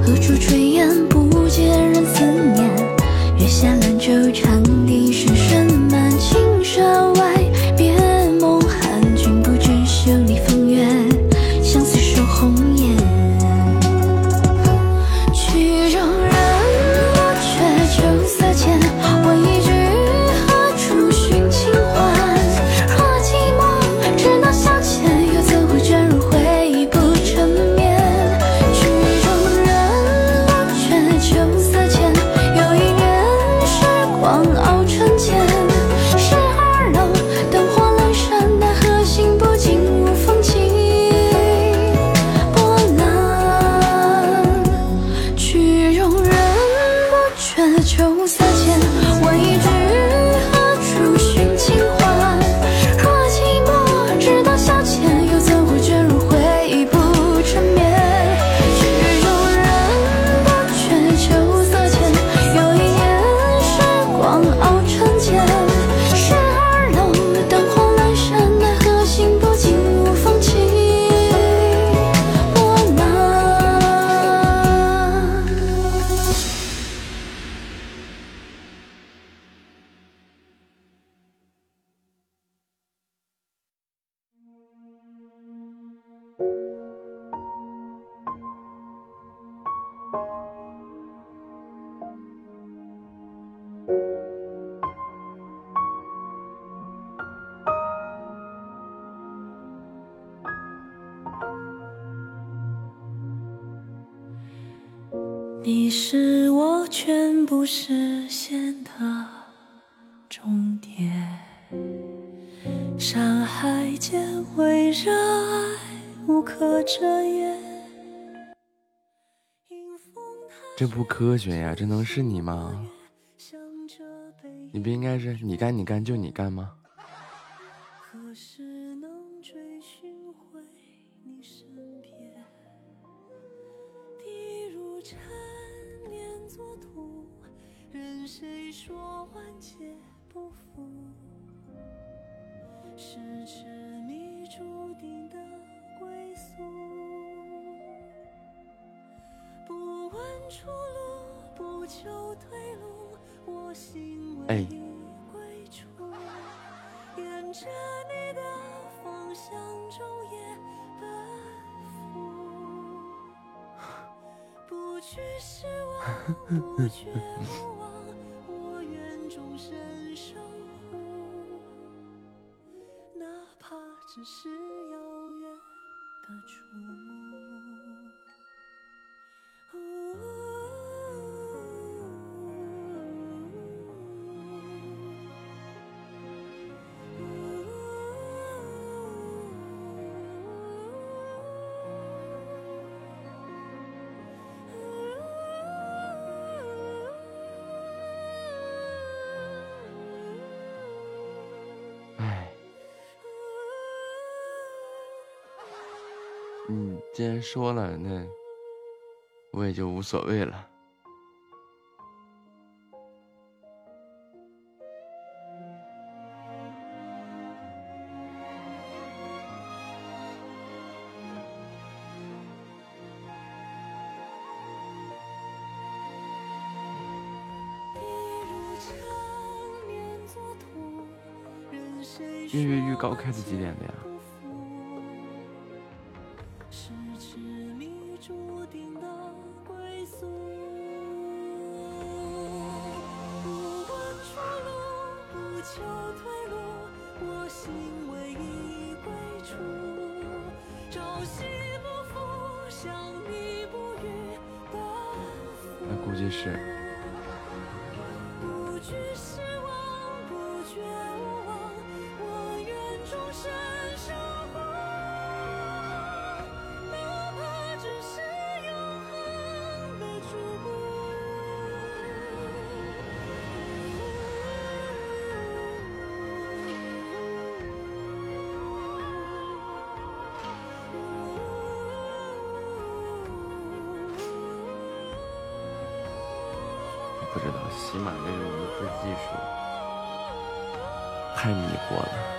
何处炊烟不见人思念，月下兰舟长笛声声满青山外，别梦寒君不知袖里风月，相思守红颜。曲中人我却秋色间，问一句何处寻清欢？若寂寞直到消遣，又怎会卷入回忆不成眠？曲中人我却秋色间，有一年时光熬成茧。12楼灯火阑珊，奈何心不禁无风起波澜。曲中人我却秋色间，问一句何处寻清欢？若寂寞直到消遣，又怎会卷入回忆不成眠？曲中人我却秋色间，有一年时光熬成茧。12楼灯火阑珊，奈何心不禁无风起波澜。 你是我全部实现的终点，山海间为热爱无可遮掩。 这不科学呀，这能是你吗？你不应该是你干你干就你干吗？ 何时能追寻回你身边？滴入陈年作土，任谁说万劫不复？是痴迷注定的归宿。不问出路，不求退路，我心为你归处。沿着你的方向昼夜奔赴，不惧失望，不觉无望，我愿终身守护，哪怕只是遥远的触目。 既然说了，那我也就无所谓了。月月预告开始几点的呀？那估计是。不知道喜马这个无字技术太迷惑了。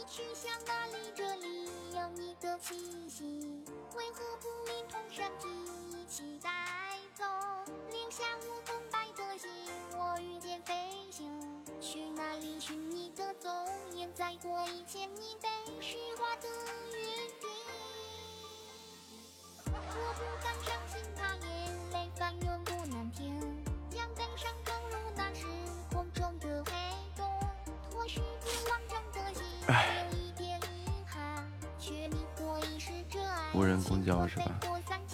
去向哪里？这里有你的气息，为何不连同身体一起带走？留下我空白的心，我御剑飞行，去哪里寻你的踪影？再过1000年被虚化的约定。我不敢相信他，眼泪翻涌不难停，将悲伤投入那时空中的黑洞，或许不完整的心有一点遗憾，却迷惑一时这爱无人公交是吧？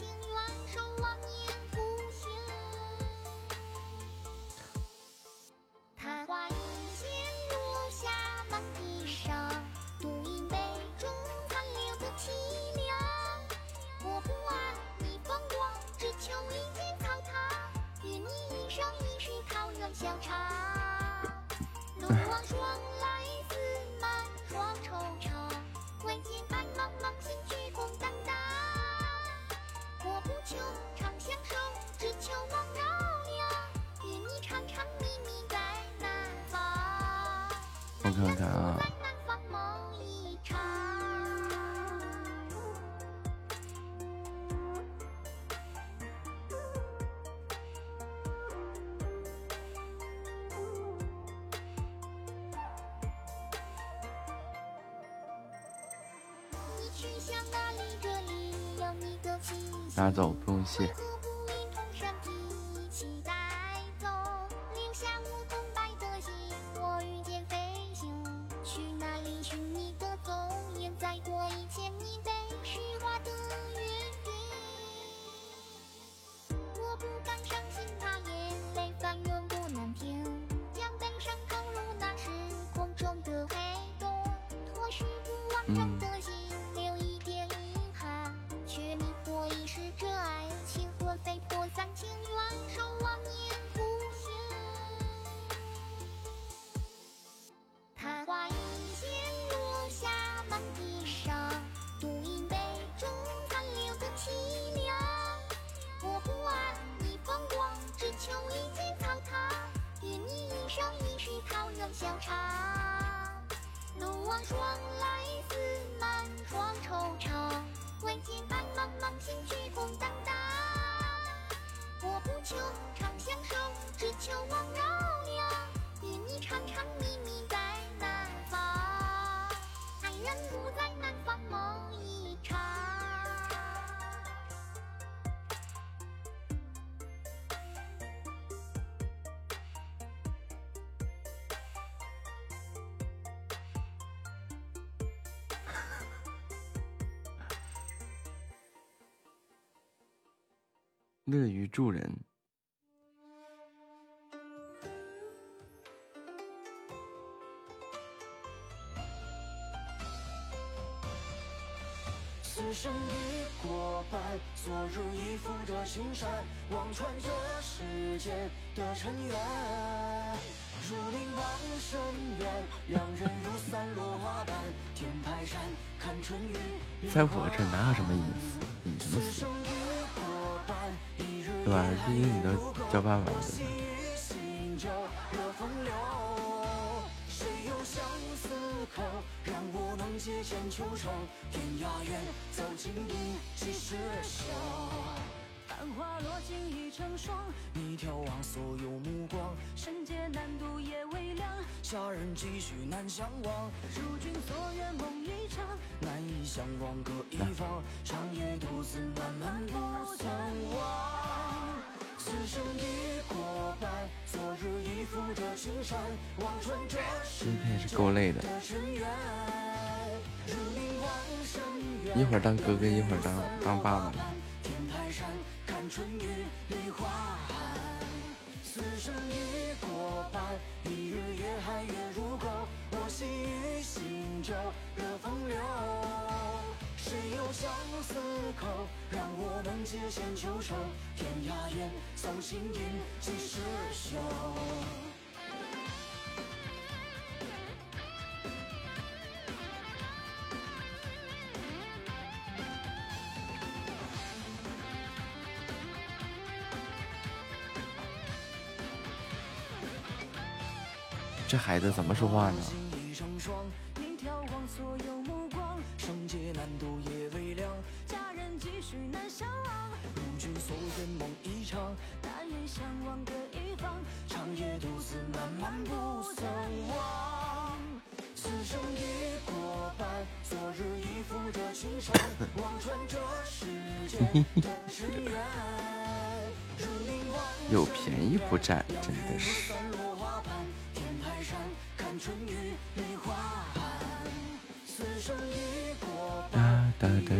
昙花一现落下满地伤，独饮杯中残留的凄凉。我不爱你风光，只求一剑草堂，与你一生一世桃源相长。路望霜来自满霜惆怅，挥剑白茫茫，心却空荡荡。我不求长相守，只求望绕亮，与你长长密密在南方。 我看看啊。拿走，不用谢。乐于助人。 此生已过半，昨日已负着青山，望穿这世界的尘缘。如临往深渊，两人如散落花瓣，天台山看春雨。 在我这哪有什么隐私？隐什么私？对吧？毕竟你都叫爸爸了。 让我能借剑求成，天涯远，走进一起厮守。繁花落尽已成霜，你眺望所有目光，圣洁难渡夜微凉，下人几许难相忘。如君所愿梦一场，难以相忘各一方，长夜独自漫漫不曾忘。此生已过半，昨日已负着青山，望穿这世界是够累的，一会儿当哥哥，一会儿当爸爸。 天台山看春雨梨花寒，此生已过半，一日夜寒月如钩，我心与心咒，热风流。谁有相思口，让我能借剑求成，天涯远，走心音几时休。 这孩子怎么说话呢？ 长夜独自漫漫不曾忘。此生已过半，昨日已负着青山，望穿这世间本是缘。 有便宜不占，真的是。 天台山看春雨梨花寒，此生已过半，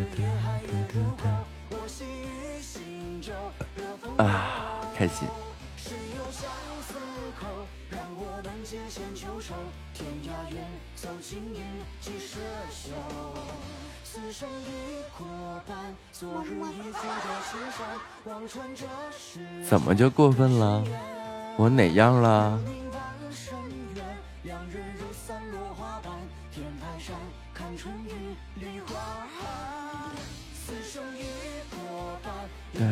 我系于心中热风啊，开心。 谁有相思口，让我们结弦秋愁，天涯远，走金云几时休？此生已过半，昨日已负的青山，望穿这世怎么就过分了？我哪样了？ 两人如散落花瓣，天台山看春雨梨花寒。此生已过半，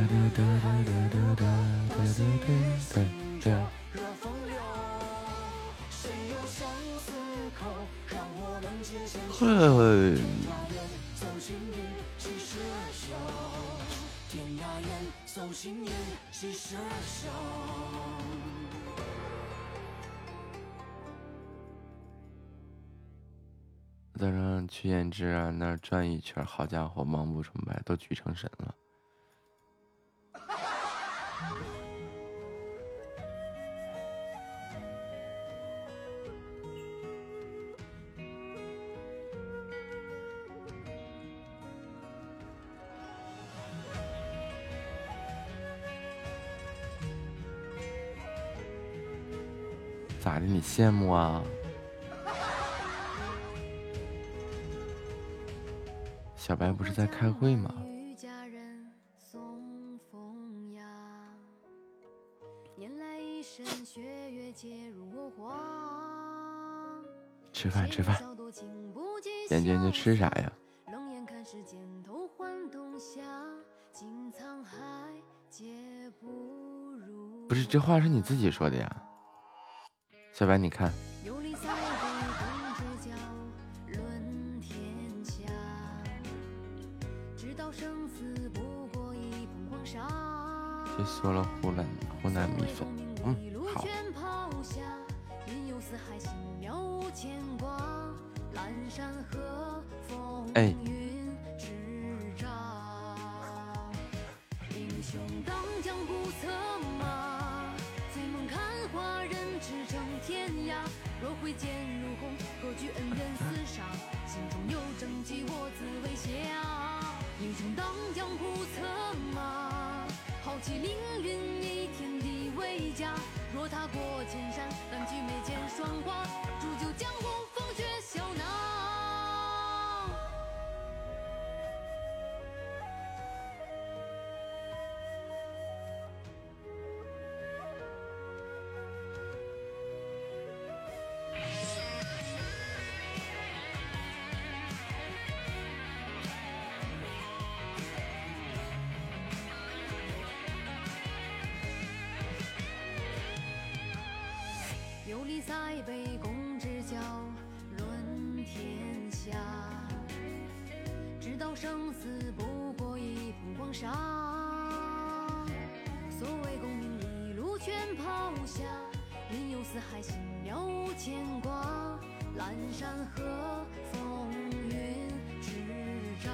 热风流，谁有相思口，让我们结弦秋愁，走金云几时休？天涯远，走金云几时休？ 早上去胭脂啊那儿转一圈，好家伙，盲目崇拜都举成神了。咋的？你羡慕啊？小白不是在开会吗？吃饭吃饭，眼睛就吃啥呀？不是，这话是你自己说的呀，小白，你看。说了湖南米粉，好。哎。 英雄当江湖策马，豪气凌云以天地为家。若踏过千山，但举眉间霜华，铸就江湖风雪笑纳。游历塞北共之交，论天下。知道生死不过一捧黄沙。所谓功名利禄全抛下，任由四海行了无牵挂。阑珊河风云之乍，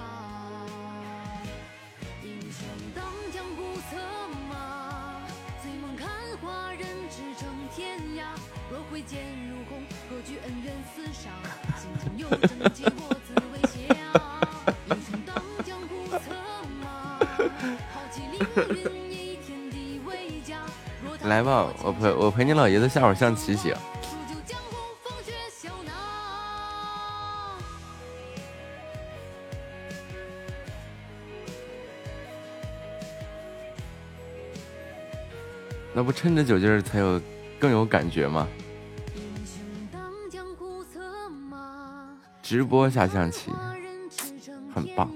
英雄当江湖策马，醉梦看花人驰骋天涯。若挥剑如虹，何惧恩怨厮杀？心中有正气，我自为侠。英雄当江湖策马，豪气凌云以天地为家。 来吧，我陪你老爷子下会儿象棋行。那不趁着酒劲儿才有更有感觉吗？直播下象棋，很棒。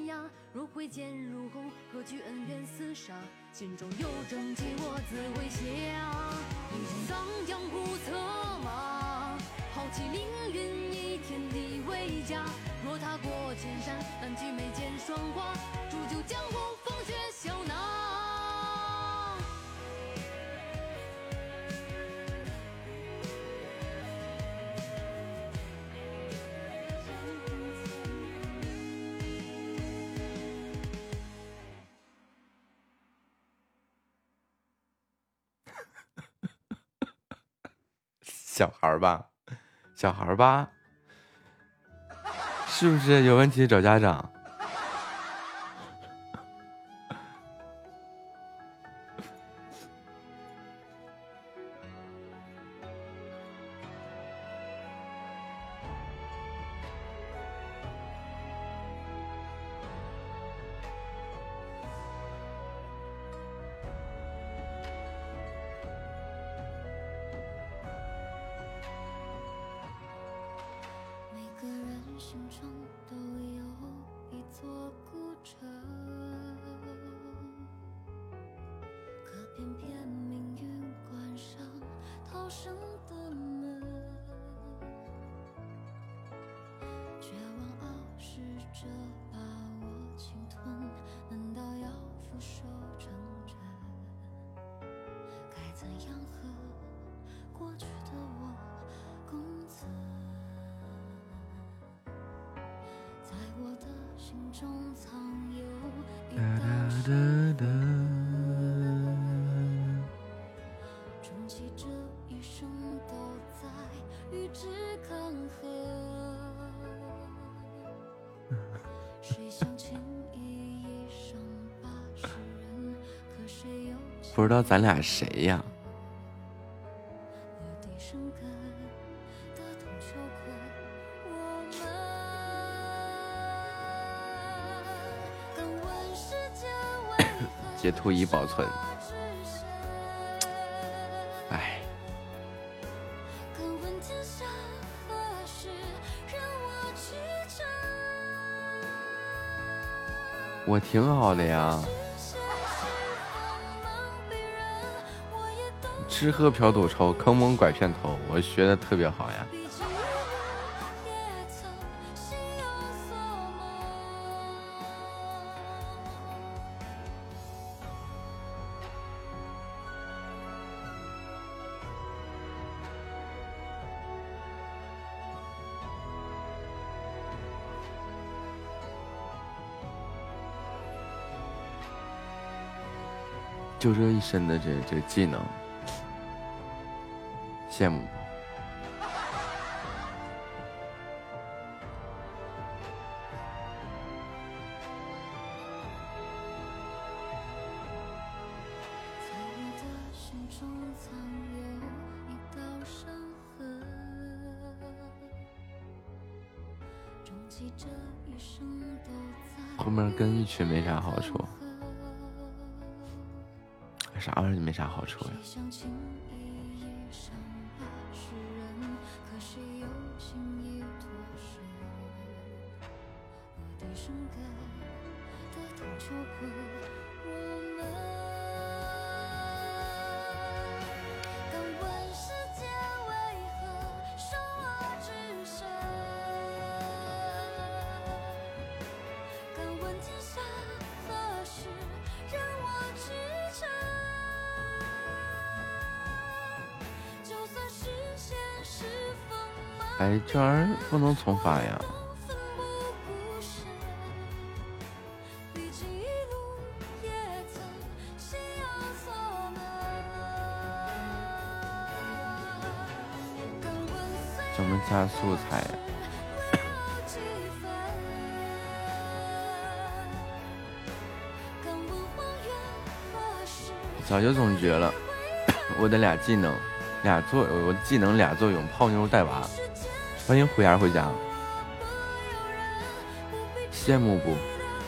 小孩吧，小孩吧，是不是有问题找家长？不知道咱俩谁呀？截图已保存。哎，我挺好的呀。吃喝嫖赌抽，坑蒙拐骗偷，我学的特别好呀。就这一身的这个技能。羡慕不？后面跟一群没啥好处，啥玩意儿没啥好处呀？哎，这玩意儿不能重发呀！怎么加素材呀？早就总结了，我的俩技能，我的技能俩作用：泡妞带娃。欢迎虎牙回家，羡慕不？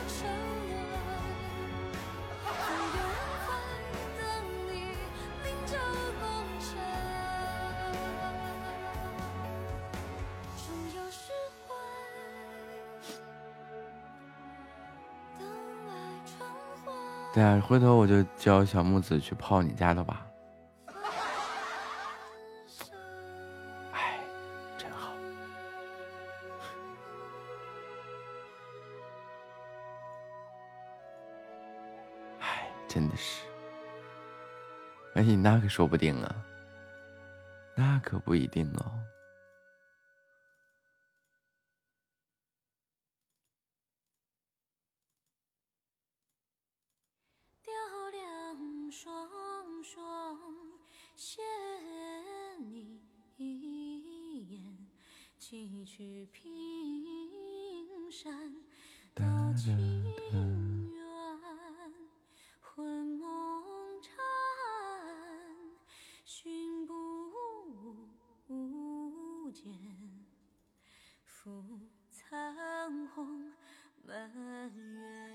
对啊，回头我就教小木子去泡你家的娃。真的是，哎，那可说不定啊，那可不一定哦。 雕梁双双，谢你。 几曲平山到清远，魂梦缠，寻不见，复残红满园。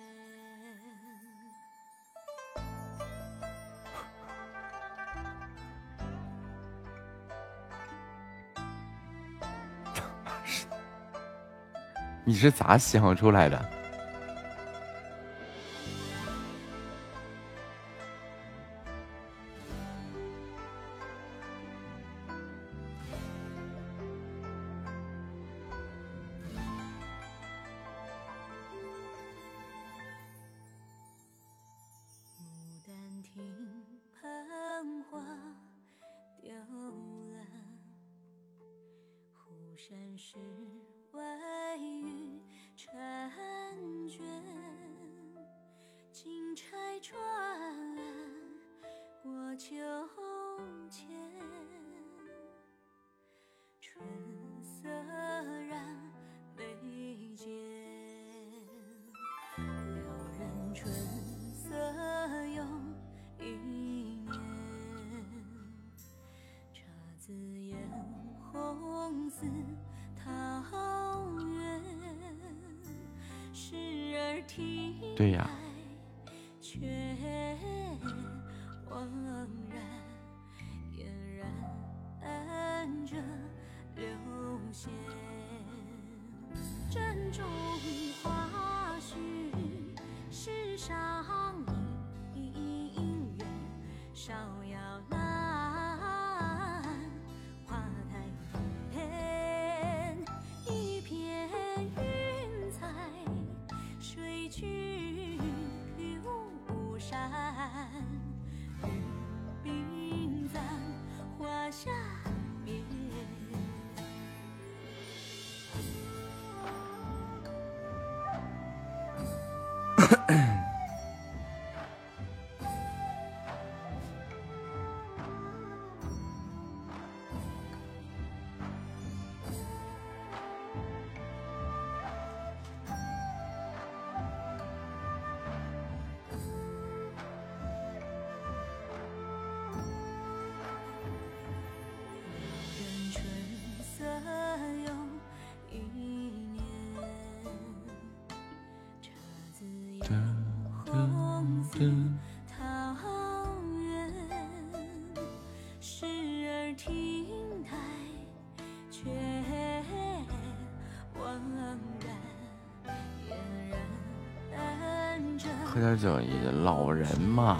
你是咋想出来的？ 牡丹亭畔花雕栏，湖山石外雨婵娟，金钗转过秋千，春色染眉间，撩人春色又一年，姹紫嫣红似桃源，时而听对呀， 却惘然，嫣然着流线，珍重花絮世上姻缘，芍药兰，花台天，一片云彩，水去巫山，冰簪花下面。人春色又一年，姹紫嫣红似桃源，时而亭台却惘然，嫣然着喝点酒，老人嘛。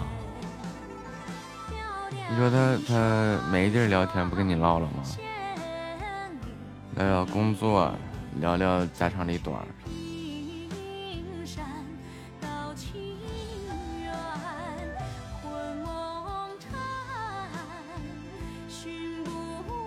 你说他没地儿聊天，不跟你唠了吗？聊聊工作，聊聊家长里短。 平山到清远，魂梦缠，寻不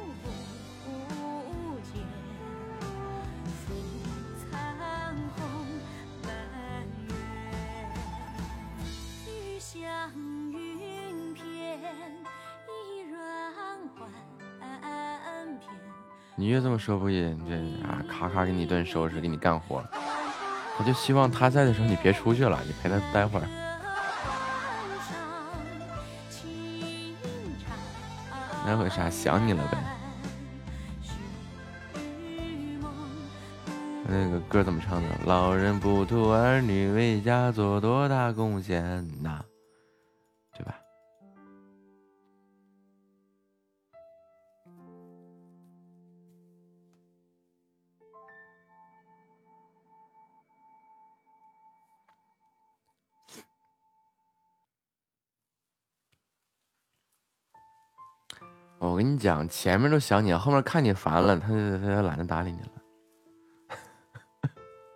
见，复残红满园。雨香云片，一软还片。 你越这么说不也这啊，咔咔给你一顿收拾，给你干活。我就希望他在的时候你别出去了，你陪他待会儿。那会啥？想你了呗。那个歌怎么唱的？老人不图儿女为家做多大贡献呐，对吧？我跟你讲，前面都想你，后面看你烦了，他就懒得搭理你了。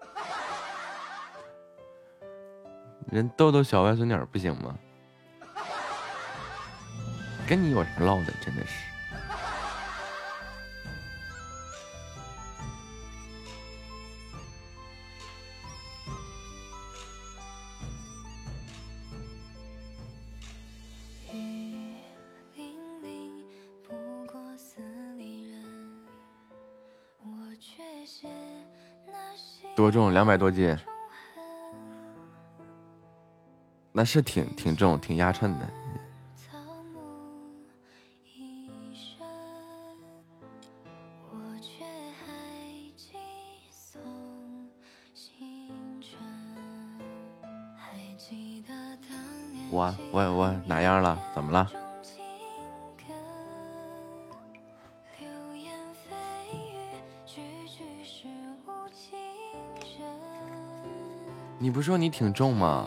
人逗逗小外孙女不行吗？跟你有啥唠的？真的是。 多重？200多斤，那是挺重，挺压秤的。我哪样了？怎么了？你不说你挺重吗？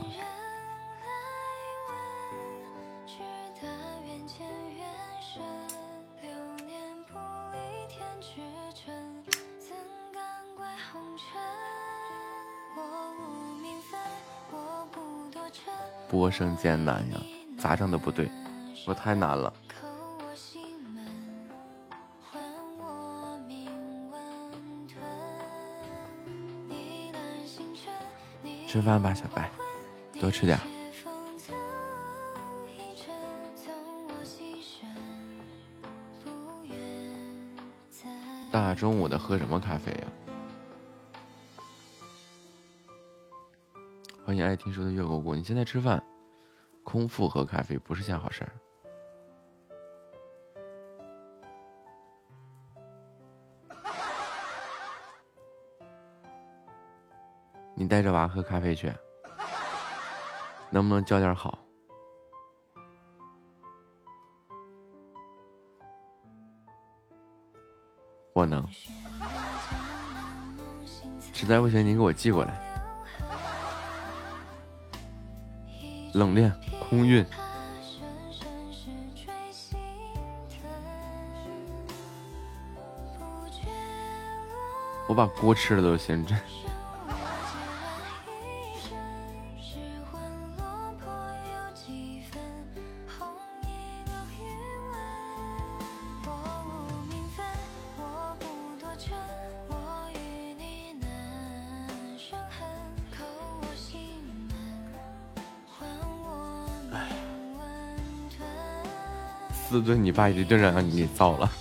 播声艰难呀，咋整都不对，我太难了。吃饭吧，小白，多吃点。大中午的喝什么咖啡呀？欢迎爱听书的月果果，你现在吃饭，空腹喝咖啡不是件好事儿。你带着娃喝咖啡去，能不能教点好？我能，实在不行你给我寄过来。冷链空运，我把锅吃了都行，这。4顿你爸一顿让你给造了。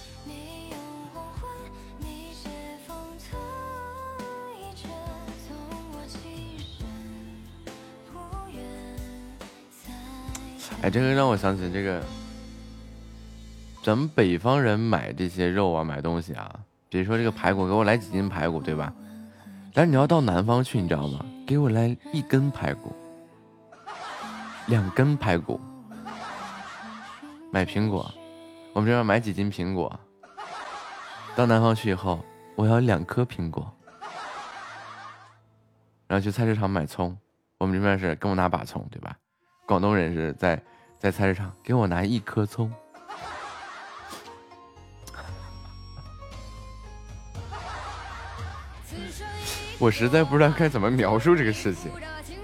哎，这个让我想起这个，咱们北方人买这些肉啊，买东西啊，比如说这个排骨，给我来几斤排骨，对吧？但是你要到南方去，你知道吗？给我来1根排骨，2根排骨。买苹果，我们这边买几斤苹果，到南方去以后，我要2颗苹果。然后去菜市场买葱，我们这边是跟我拿把葱，对吧？广东人是在菜市场给我拿1颗葱。我实在不知道该怎么描述这个事情。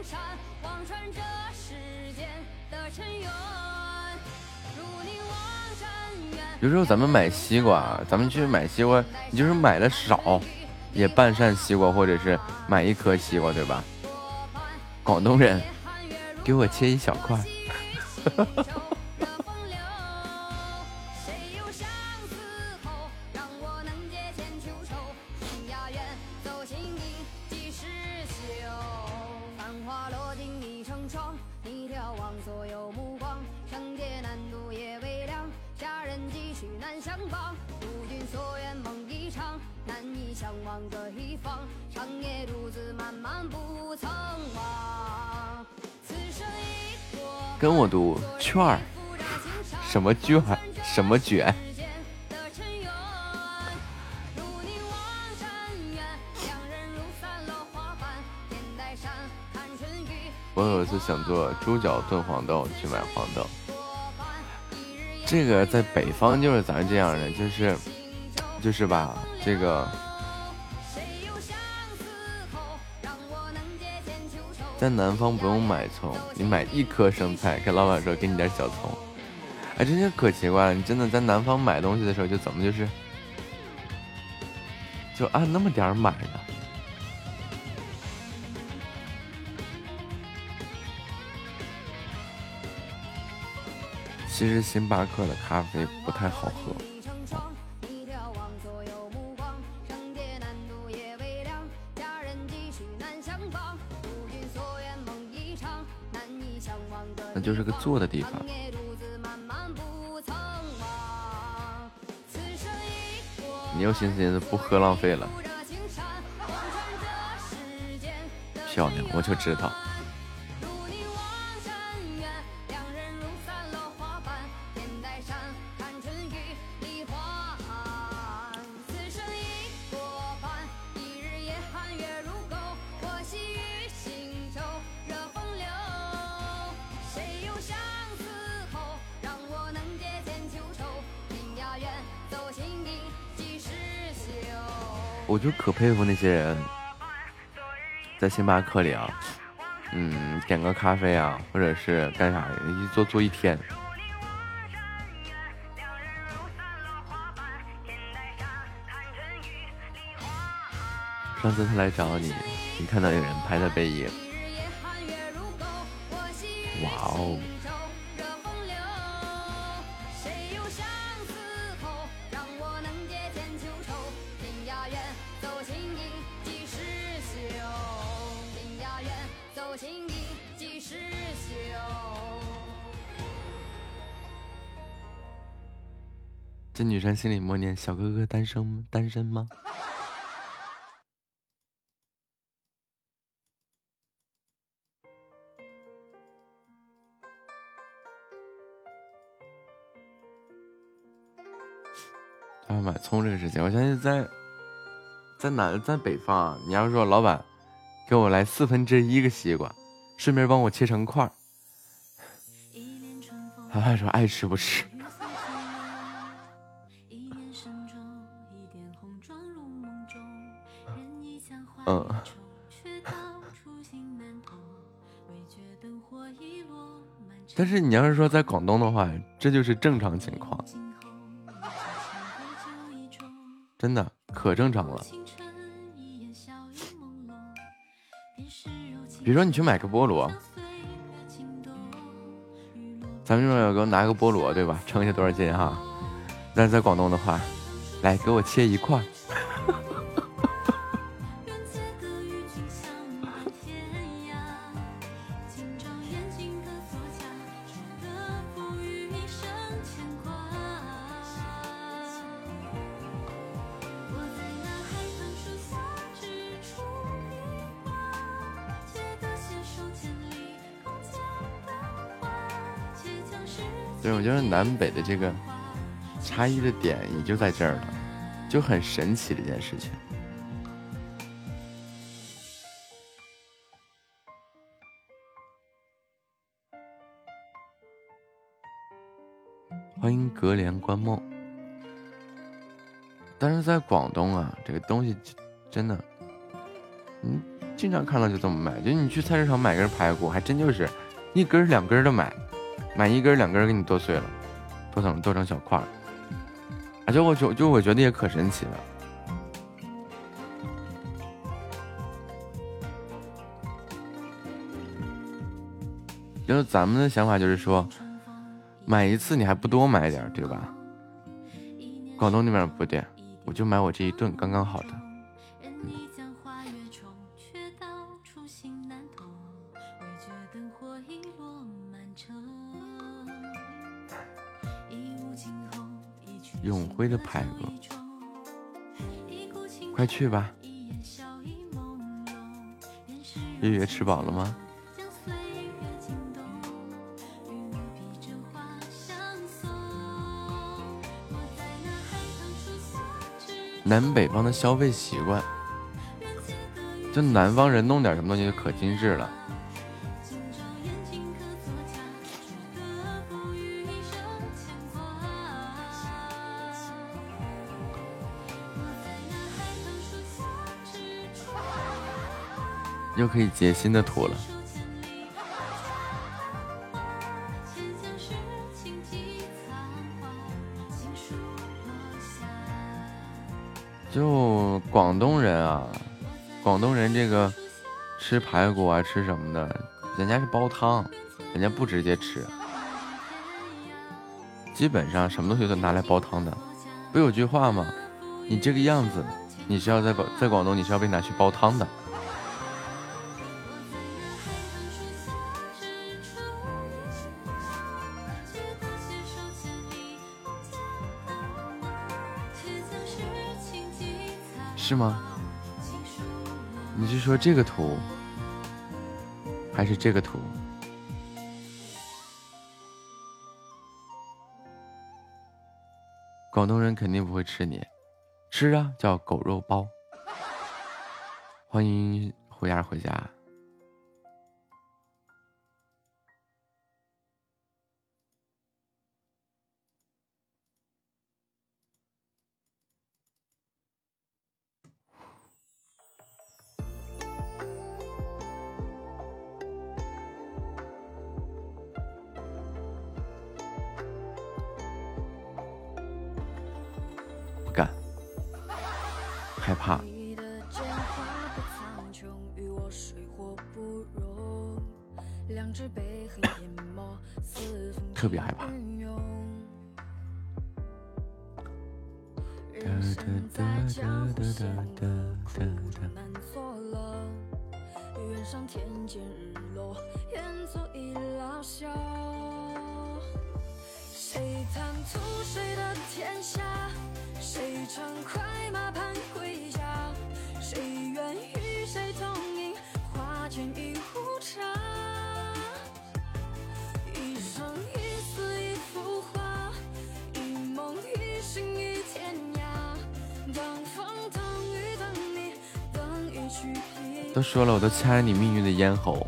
有时候咱们买西瓜，咱们去买西瓜，你就是买的少，也半扇西瓜，或者是买1颗西瓜，对吧？广东人给我切1小块。跟我读券儿，什么券，什么卷？我有一次想做猪脚炖黄豆，去买黄豆。这个在北方就是咱这样的，就是吧，这个在南方不用买葱，你买1颗生菜，跟老板说给你点小葱。哎，这就可奇怪了，你真的在南方买东西的时候，就怎么就按那么点买呢？其实星巴克的咖啡不太好喝。 就是个坐的地方。你又寻思不喝浪费了，漂亮，我就知道。我就可佩服那些人，在星巴克里啊，点个咖啡啊，或者是干啥，一坐一天。上次他来找你，你看到有人拍他背影，哇哦！这女生心里默念：小哥哥单身吗？买葱这个事情，我相信在北方，你要说老板给我来1/4个西瓜，顺便帮我切成块，老板说爱吃不吃。但是你要是说在广东的话，这就是正常情况。真的可正常了。比如说你去买个菠萝，咱们这边有个拿个菠萝，对吧？称一下多少斤哈？但是在广东的话，来给我切一块。对，我觉得南北的这个差异的点也就在这儿了，就很神奇的一件事情。欢迎隔帘观梦。但是在广东啊，这个东西真的，经常看到就这么卖。就你去菜市场买根排骨，还真就是1根2根的买1根2根给你剁碎了，剁成小块儿。而且我觉得也可神奇了。就是咱们的想法就是说，买一次你还不多买点，对吧？广东那边不对，我就买我这一顿刚刚好的。永辉的排骨，快去吧。月月吃饱了吗？南北方的消费习惯，就南方人弄点什么东西就可精致了。又可以截新的图了。就广东人啊，广东人这个吃排骨啊，吃什么的，人家是煲汤，人家不直接吃，基本上什么东西都拿来煲汤的。不有句话吗？你这个样子，你是要在广东，你是要被拿去煲汤的。 是吗？你是说这个图，还是这个图？广东人肯定不会吃你，吃啊，叫狗肉包。欢迎虎牙回家。不干，害怕。特别害怕。谁贪图谁的天下？谁畅快马盘归家？谁愿与谁同饮花间一壶茶？一生一死一幅画，一梦一醒一天涯。当风等雨等你，等一曲皮。都说了，我都掐了你命运的咽喉。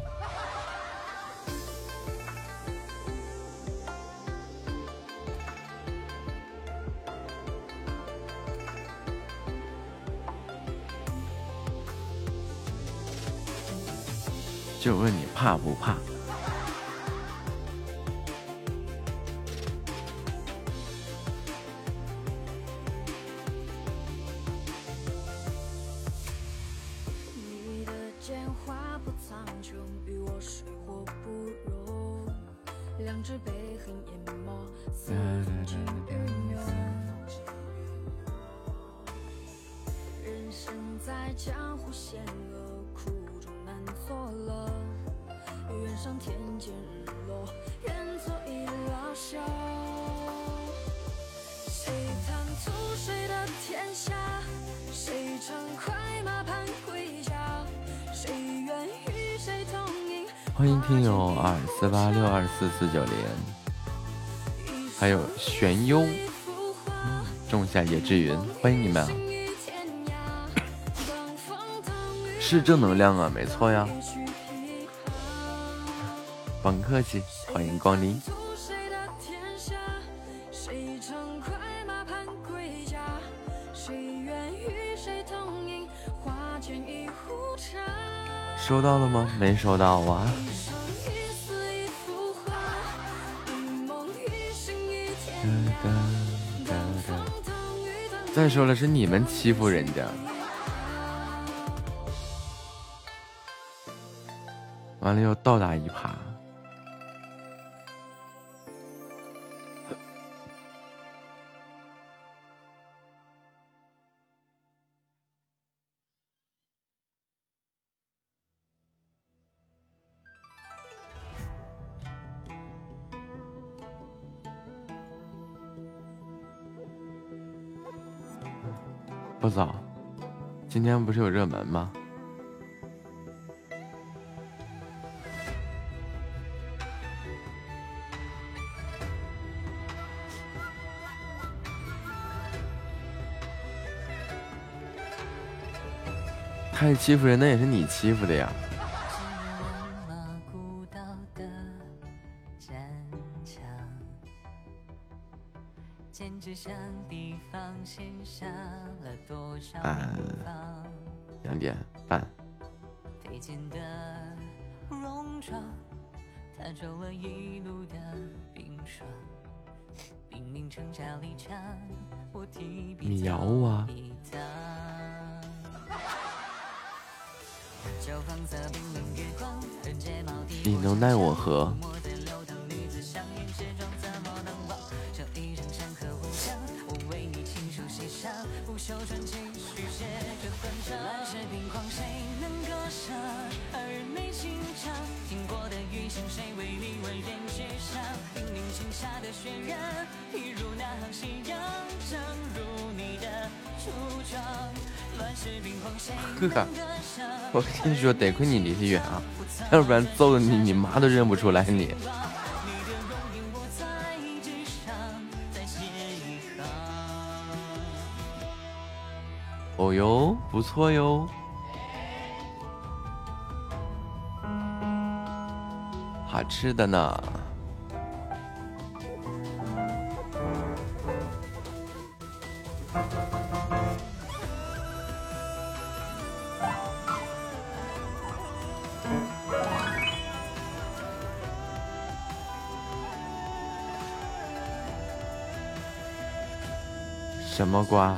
就问你怕不怕？你的剑花不苍穹，与我水火不容。两只被黑淹没，似风轻云涌。人生在江湖险恶，苦中难作乐。愿上天见日落，愿做一老朽。谁贪图谁的天下？谁畅快马盘归家？谁愿与谁同饮？欢迎听友2486244490，还有玄幽，仲夏野之云，欢迎你们啊！是正能量啊，没错呀。甭客气，欢迎光临。收到了吗？没收到啊。再说了，是你们欺负人家。完了又倒打一耙。不早，今天不是有热门吗？太欺负人，那也是你欺负的呀。2点半。苗啊！你能奈我何？ 呵，我跟你说，得亏你离得远啊，要不然揍的你妈都认不出来你。哦哟，不错哟，好吃的呢。什么瓜？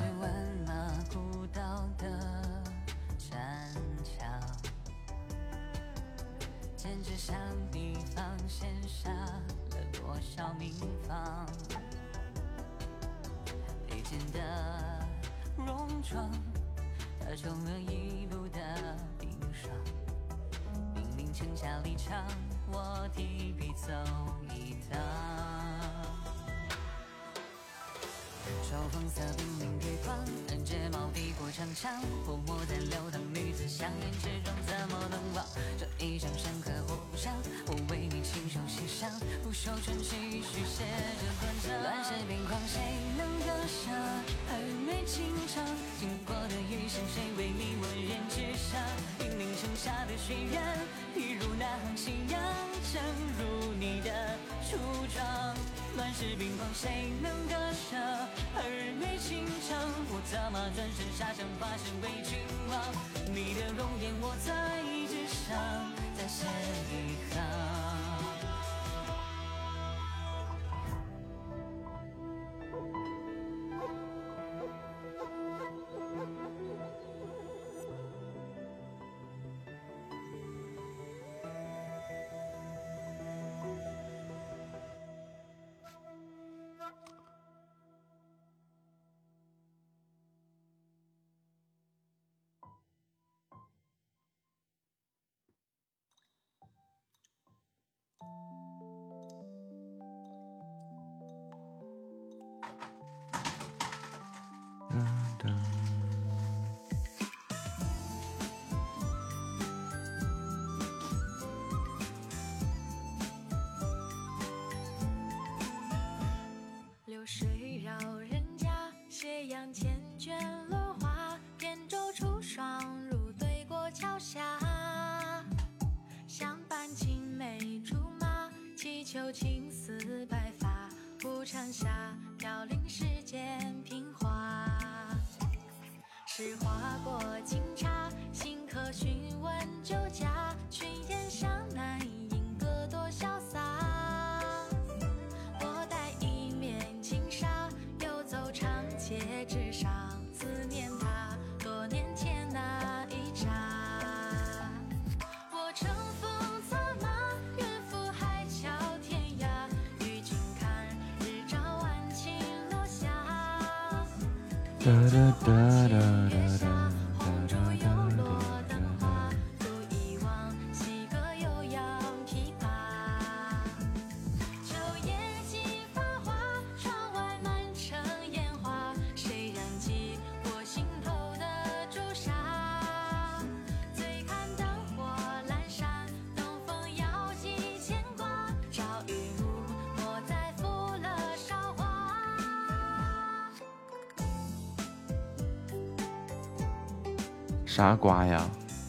啥瓜呀？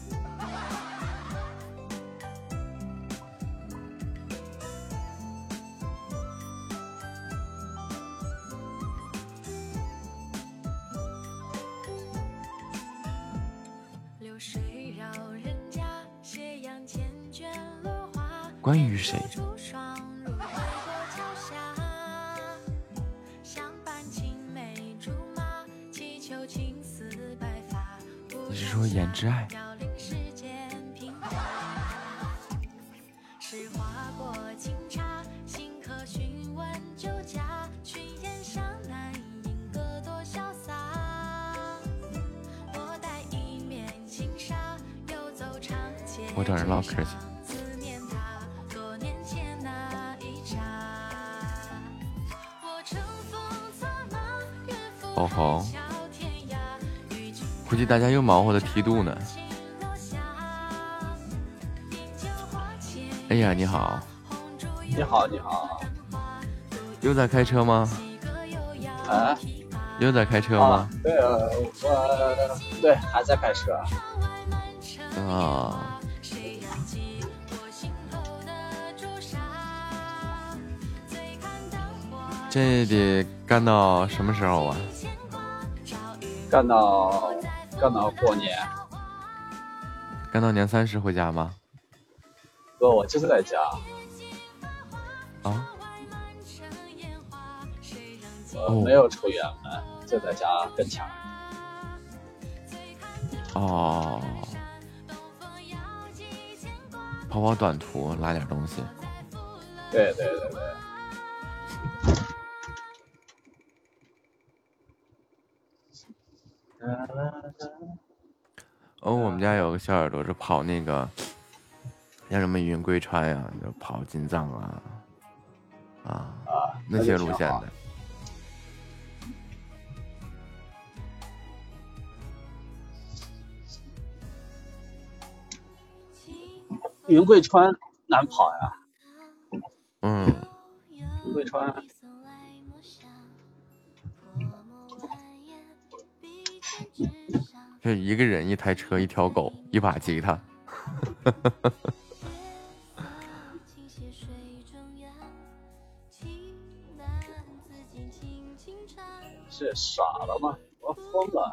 关于谁？你是说颜之爱？我找人唠嗑去。哦吼！ 估计大家又忙活的梯度呢。哎呀，你好。 你好，你好。 又在开车吗？ 啊？ 又在开车吗？ 对，对，还在开车。 啊。这得干到什么时候啊？ 干到过年。 干到年30回家吗？ 哥，我就是在家。 啊？ 我没有出远门，就在家跟前。 哦。跑短途，拉点东西。 对。 哦，我们家有个小耳朵是跑那个，像什么云贵川呀，就跑金藏啊，那些路线的。 云贵川难跑呀。云贵川。 就一个人，一台车，一条狗，一把吉他。 是傻了吗？我疯了。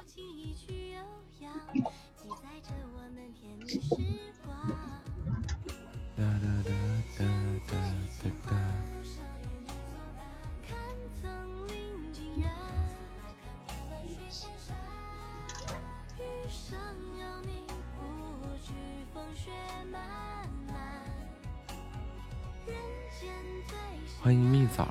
欢迎蜜枣。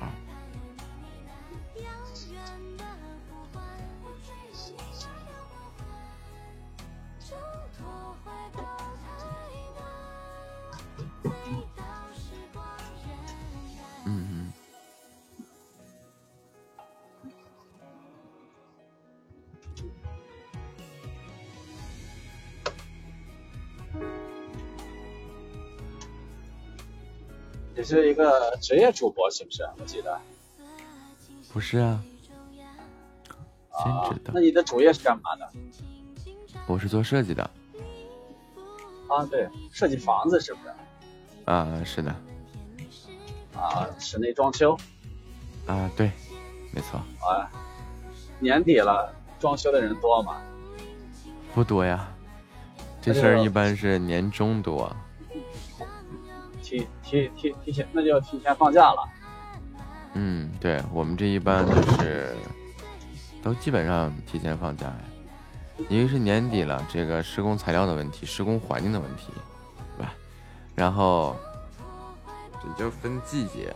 你是一个职业主播是不是？我记得。 不是啊。兼职的。 那你的主业是干嘛的？ 我是做设计的。 啊，对，设计房子是不是？ 啊，是的。 室内装修。 啊，对，没错。 年底了，装修的人多吗？ 不多呀，这事儿一般是年终多。 提前，那就提前放假了。 对，我们这一般都基本上提前放假呀。一个是年底了，这个施工材料的问题，施工环境的问题，对吧？然后这就分季节，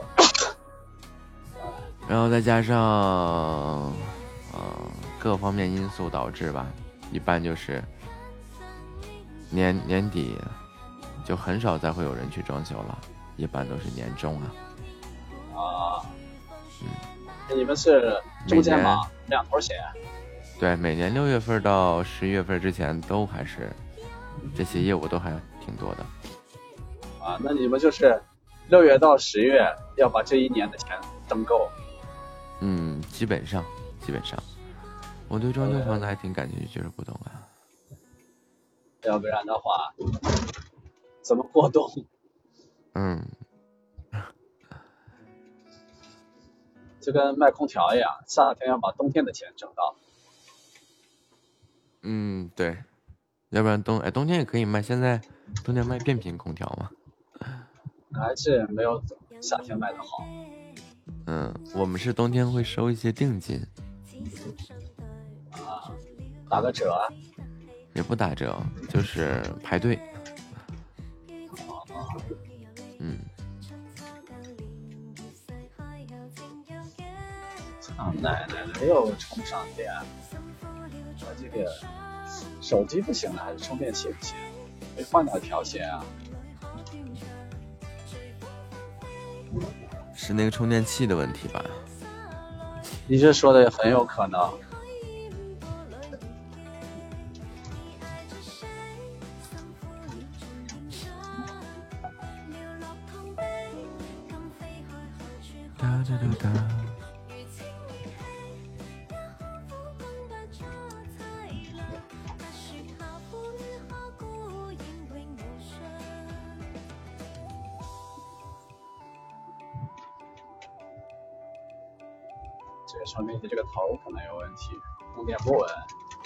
然后再加上各方面因素导致吧，一般就是年底就很少再会有人去装修了，一般都是年终啊。 你们是中间忙，两头险。 对，每年6月份到11月份之前都还是这些业务都还挺多的。 那你们就是6月到10月要把这一年的钱挣够。 基本上，我对装修房子还挺感兴趣，就是不懂啊。 要不然的话，怎么过冬？就跟卖空调一样，夏天要把冬天的钱挣到。 对，要不然冬天也可以卖，现在冬天卖变频空调嘛。 还是没有夏天卖的好。 我们是冬天会收一些定金。 打个折？ 也不打折，就是排队。 奶奶没有充上电，我这个手机不行了，还是充电器不行，得换掉条线啊。 是那个充电器的问题吧？ 你这说的很有可能。 这个充电器这个头可能有问题，供电不稳。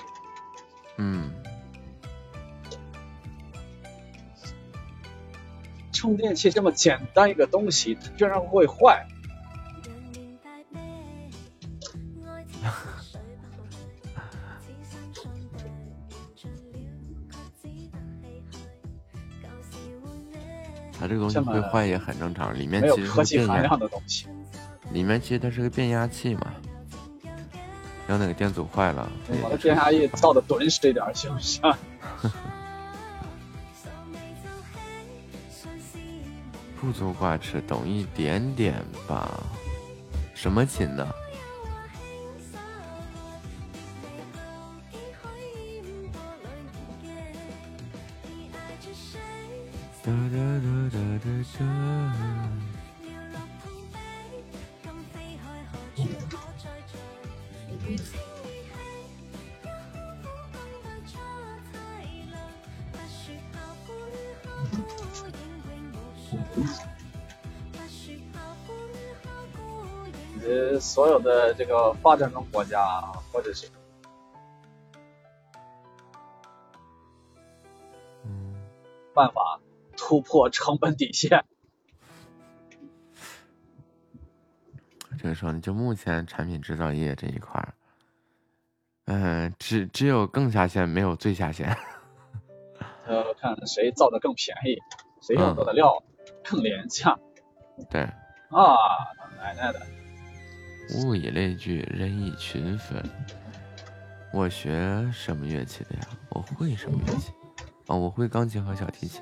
充电器这么简单一个东西，它居然会坏。 它这个东西会坏也很正常，里面没有其实科技含是变压， 量的东西。 里面其实它是个变压器嘛，然后那个电阻坏了，它我的也是变压器造的敦实一点行不行？ 不足挂齿，懂一点点吧。什么琴呢？哒哒哒哒哒哒。 所有的这个发展中国家，或者是办法突破成本底线。 这个时候，你就目前产品制造业这一块儿，只有更下线，没有最下线。 看谁造的更便宜，谁用到的料更廉价。 对。 啊，奶奶的！ 物以类聚，人以群分。我学什么乐器的呀？我会什么乐器？哦，我会钢琴和小提琴。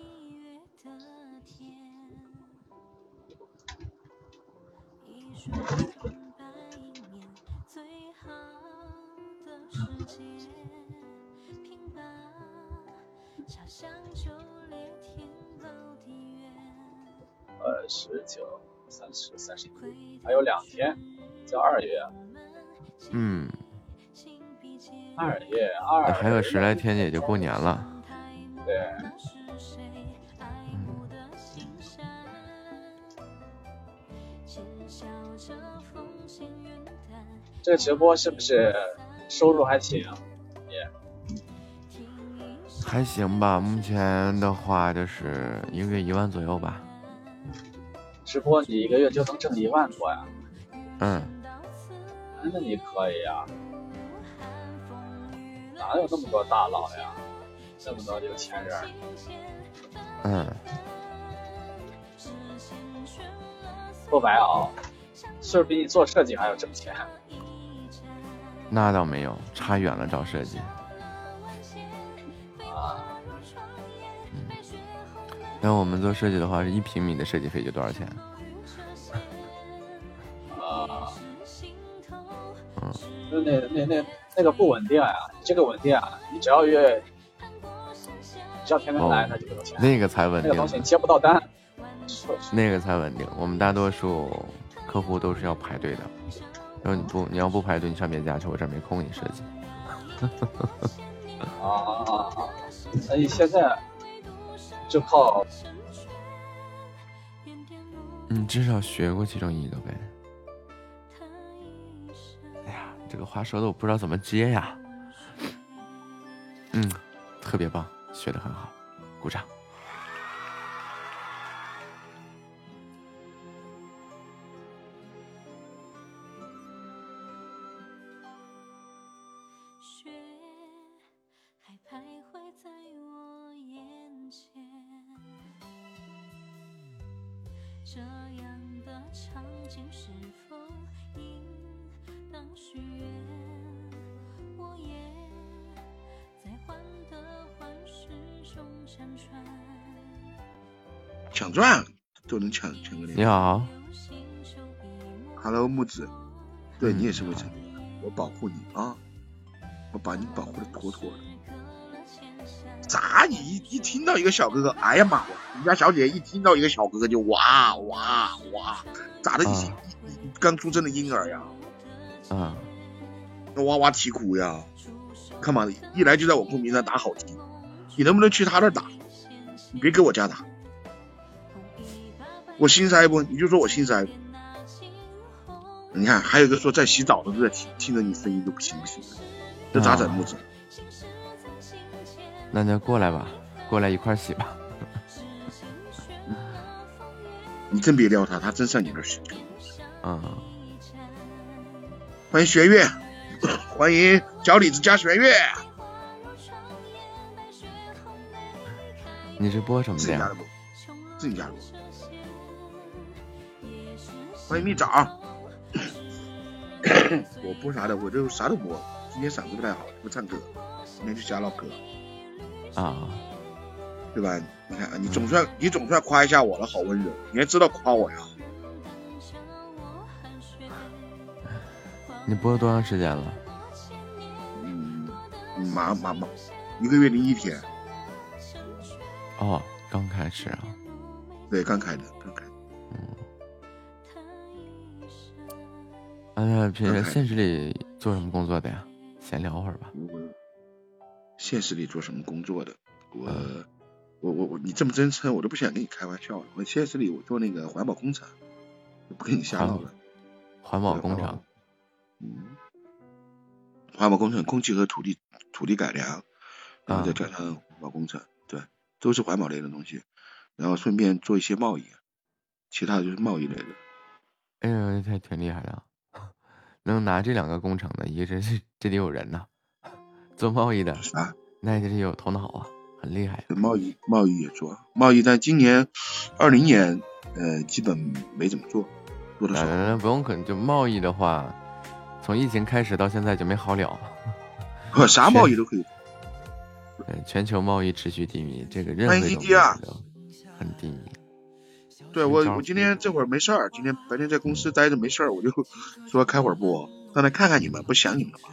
19、30、31，还有2天，叫2月。2月2， 还有10来天也就过年了。 对。这个直播是不是收入还行？ 还行吧，目前的话就是1个月1万左右吧。 直播你1个月就能挣1万多呀？那你可以呀。哪有那么多大佬呀？那么多有钱人。不白熬，是不是比你做设计还要挣钱？ 那倒没有，差远了找设计。但我们做设计的话，是1平米的设计费就多少钱？ 那个不稳定呀，这个稳定啊，你只要天天来，那就有钱。 那个才稳定。 那个东西你接不到单， 那个才稳定。我们大多数客户都是要排队的，然后你要不排队，你上别家去，我这没空给你设计。 那你现在就靠， 你至少学过其中1个呗。哎呀，这个话说的我不知道怎么接呀。特别棒，学得很好，鼓掌。 这样的场景是否应当许愿？我也在患得患失中辗转。 抢钻都能抢个脸。 你好 ，Hello 木子，对你也是未成年，我保护你啊，我把你保护的妥妥的。 咋一听到一个小哥哥，哎呀妈呀，我们家小姐一听到一个小哥哥就哇哇哇，咋的？刚出生的婴儿呀，哇哇啼哭呀，看嘛，一来就在我公屏上打好听，你能不能去他那打？你别给我家打，我心塞不？你就说我心塞不？你看，还有一个说在洗澡的都在听着你声音都不行，这咋整木子？ 那就过来吧，过来一块洗吧。 你真别撩他，他真上你那儿去。欢迎玄月，欢迎小李子加玄月。 你是播什么的呀？ 自己家的播。欢迎蜜枣。我播啥的？我就啥都播。今天嗓子不太好，不唱歌，今天就瞎唠嗑。对吧？你看，你总算夸一下我了，好温柔，你还知道夸我呀？ 你播了多长时间了？ 马1个月01天。 刚开始啊？ 对，刚开的。 平时现实里做什么工作的呀？闲聊会儿吧。 现实里做什么工作的？我你这么真诚，我都不想跟你开玩笑了。我现实里我做那个环保工程，不跟你瞎唠了。 环保工程。 环保工程，空气和土地改良，然后再加上环保工程，对，都是环保类的东西。然后顺便做一些贸易，其他的就是贸易类的。 哎呦，这挺厉害的，能拿这2个工程的，一个是这里有人呐，做贸易的啥？ 那这里有头脑啊，很厉害。 贸易也做，贸易在今年20年，基本没怎么做的少。 不用，可能就贸易的话，从疫情开始到现在就没好了。 啥贸易都可以。 全球贸易持续低迷，这个任何一种都很低迷。 对，我今天这会儿没事儿，今天白天在公司待着没事儿，我就说开会儿播，上来看看你们，不想你们了吗？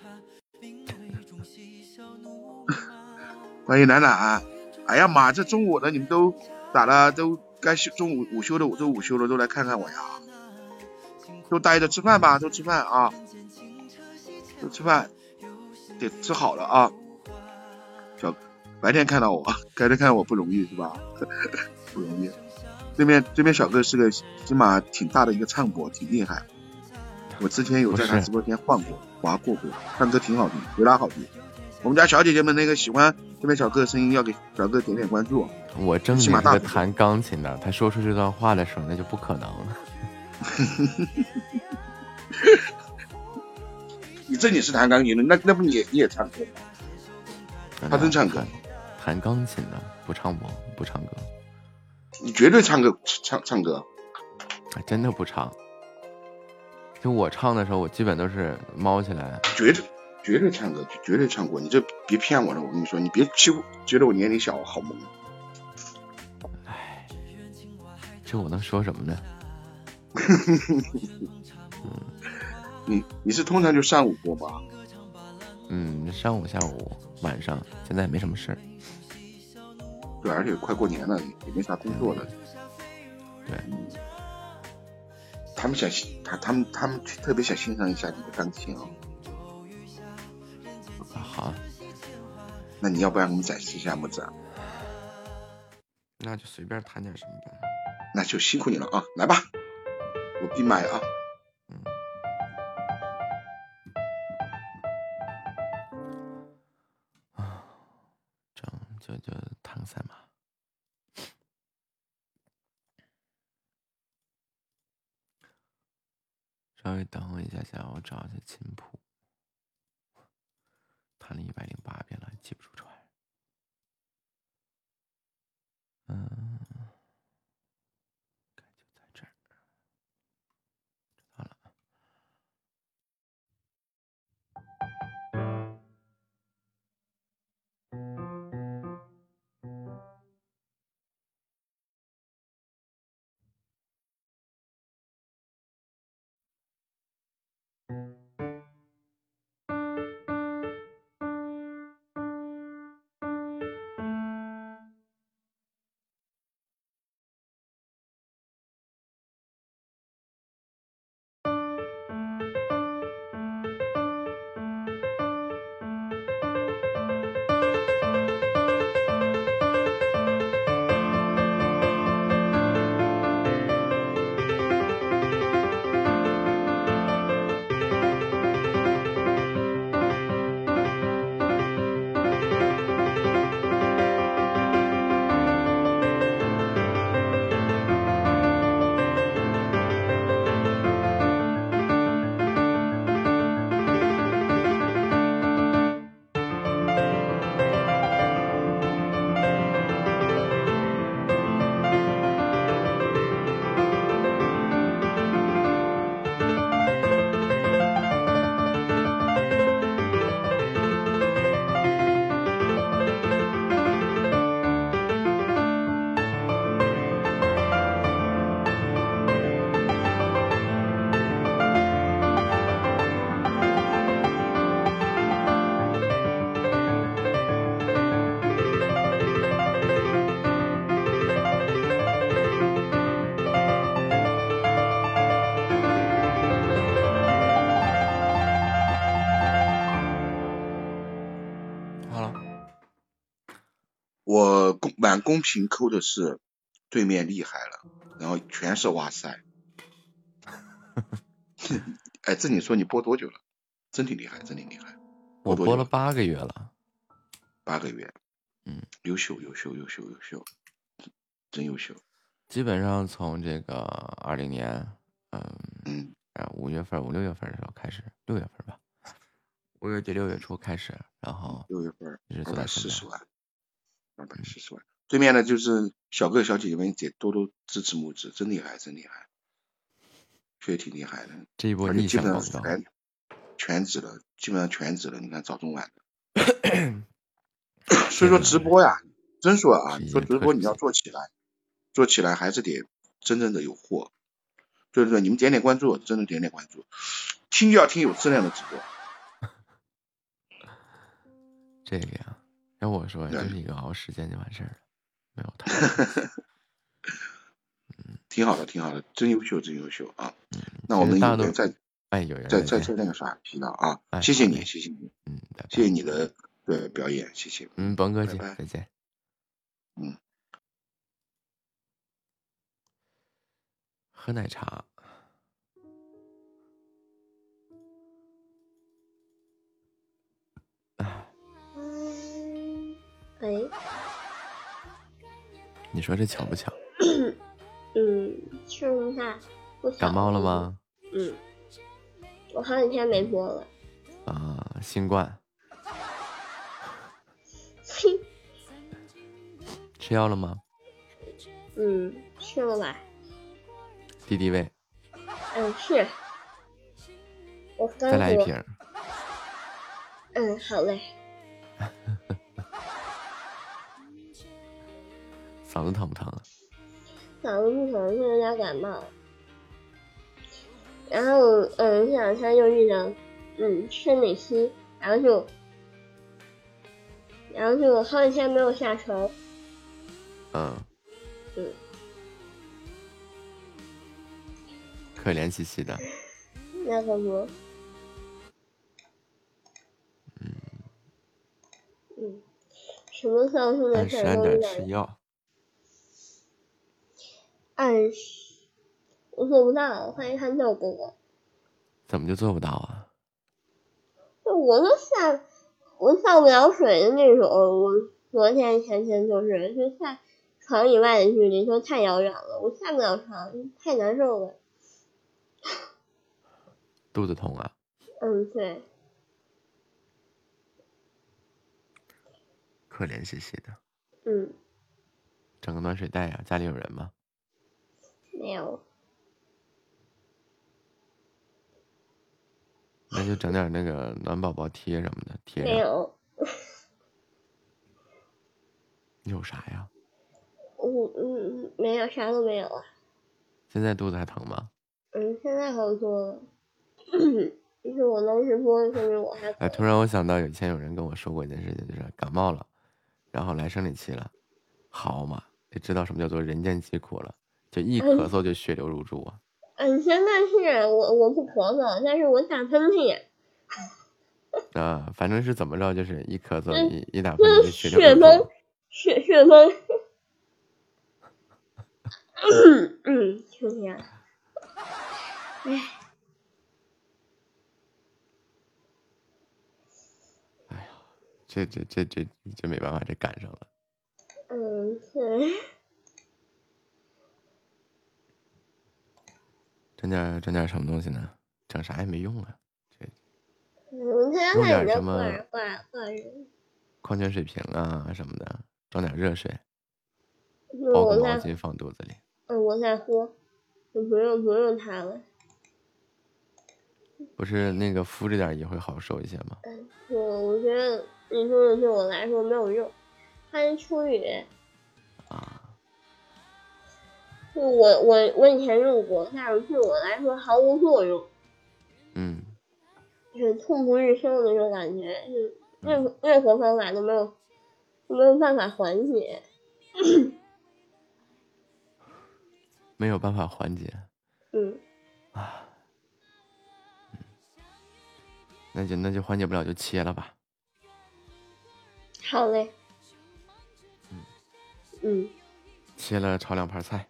欢迎楠楠。哎呀妈，这中午的你们都咋了？都该中午午休的，我都午休了，都来看看我呀。都待着吃饭吧，都吃饭啊，都吃饭，得吃好了啊。白天看到我，白天看到我不容易是吧？不容易。这边小哥是个起码挺大的一个唱播，挺厉害。我之前有在他直播间划过，唱歌挺好听，有他好听。我们家小姐姐们那个喜欢这边小哥的声音，要给小哥点关注。 我正经是个弹钢琴的，他说出这段话的时候，那就不可能了。 你正经是弹钢琴的，那不你也唱歌？他真唱歌。 弹钢琴的，不唱播，不唱歌。 你绝对唱歌， 真的不唱。就我唱的时候，我基本都是猫起来。 绝对唱歌，绝对唱过。你这别骗我了，我跟你说，你别觉得我年龄小，好萌。 哎，这我能说什么呢？ 你是通常就上午播吧？ 上午、下午、晚上，现在也没什么事。 对，而且快过年了，也没啥工作了。 对， 他们特别想欣赏一下你的钢琴啊。 好， 那你要不然我们展示一下木子？ 那就随便弹点什么吧。 那就辛苦你了啊，来吧，我闭麦啊。 就弹赛马。稍微等我一下，我找一下琴谱。弹了108遍了，记不住出来。该就在这儿。知道了。 我满公屏扣的是对面厉害了，然后全是哇塞。哎，这你说你播多久了？真挺厉害，真挺厉害。 我播了8个月了。 8个月。优秀，真优秀。 基本上从这个20年，5月份、5、6月份的时候开始，6月份吧，5月底6月初开始，然后 6月份一直做到现在。 240万，240万。对面的就是小哥哥小姐姐们也多多支持募资，真厉害，真厉害，确实挺厉害的。 这一波逆向广告， 全职了，基本上全职了。你看早中晚的。所以说直播呀，真说啊，你说直播你要做起来还是得真正的有货。对，你们点点关注，真的点点关注，听就要听有质量的直播。 这个呀，要我说就是一个熬时间就完事儿了，没有太。 挺好的，真优秀啊！那我们有人在那个啥疲劳啊，谢谢你，谢谢你的表演，谢谢。 甭客气，再见。喝奶茶。 喂。 你说这巧不巧？ 试一下。 感冒了吗？ 我好几天没播了。 啊，新冠。吃药了吗？ 吃了吧。 敌敌畏。 是。我刚再来一瓶。 好嘞。 嗓子疼不疼啊？ 嗓子不疼，是有点感冒。然后这两天又遇到生理期，然后就好几天没有下床。 可怜兮兮的。 那可不。什么丧心的事按点吃药。 我做不到，欢迎看豆哥哥。 怎么就做不到啊？ 我下不了水的那种。我昨天前天就下床以外的距离就太遥远了，我下不了床，太难受了。 肚子痛啊？ 对。 可怜兮兮的。整个暖水袋啊，家里有人吗？ 没有。 那就整点那个暖宝宝贴什么的贴。 没有。 有啥呀？ 没有，啥都没有啊。 现在肚子还疼吗？ 现在好多了。就是我能直播，说明我还。 哎，突然我想到以前有人跟我说过一件事情，就是感冒了，然后来生理期了，好嘛，也知道什么叫做人间疾苦了，就一咳嗽就血流如注啊。 现在是我不咳嗽，但是我打喷嚏。 反正是怎么着，就是一咳嗽一打喷嚏血流如注。 血崩。就这样。 哎呀，这没办法，这赶上了。 对。 整点什么东西呢？整啥也没用啊。 用点什么矿泉水瓶啊什么的，装点热水，包个毛巾放肚子里。 我在喝，不用它了。 不是那个敷着点也会好受一些吗？ 我觉得你说的对我来说没有用，它是出于我以前用过，但是对我来说毫无作用。就是痛不欲生的那种感觉，任何方法都没有办法缓解。 没有办法缓解。那就缓解不了就切了吧。 好嘞。 切了炒2盘菜。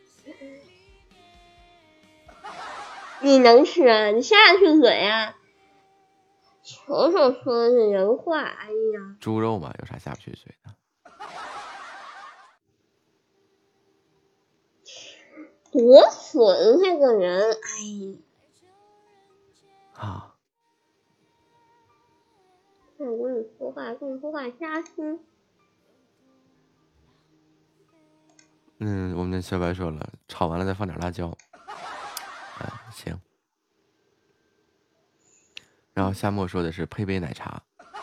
你能吃啊？你下去嘴啊！瞅瞅说的是人话，哎呀！ 猪肉嘛，有啥下不去嘴的？ 多损这个人，哎。 啊！ 我跟你说话加薪。 我们的小白说了，炒完了再放点辣椒。行。然后夏沫说的是配杯奶茶。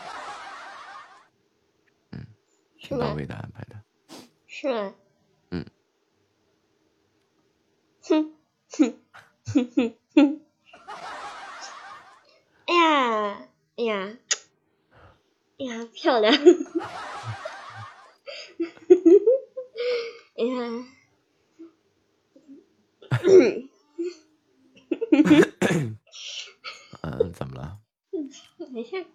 挺到位的安排的。 是吗？哎呀，漂亮！哎呀， 怎么了？ 没事。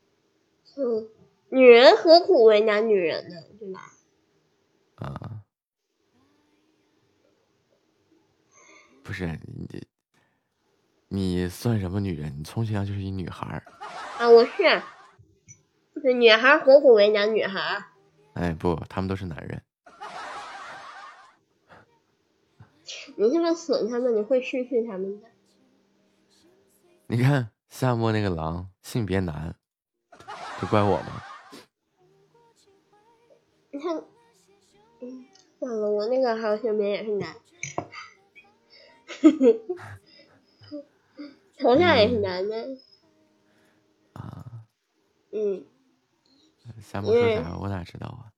女人何苦为难女人呢？对吧？ 不是你算什么女人？你充其量就是一女孩啊，我是女孩何苦为难女孩？ 哎，不，他们都是男人。 你这么损他们，你会失去他们的。 你看夏沫那个狼性别男，这怪我吗？ 你看，算了，我那个号性别也是男，头像也是男的。 夏沫说啥？我哪知道啊？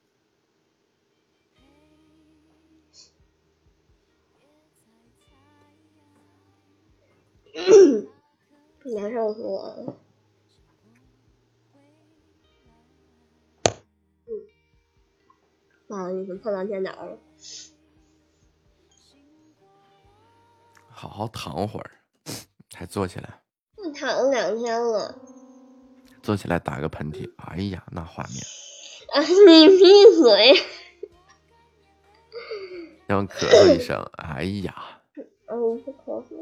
难受死我了。不好意思，碰到电脑了。 好好躺会儿，还坐起来。 我躺了2天了。 坐起来打个喷嚏，哎呀，那画面。 你闭嘴！ 然后咳嗽一声，哎呀。 不咳嗽。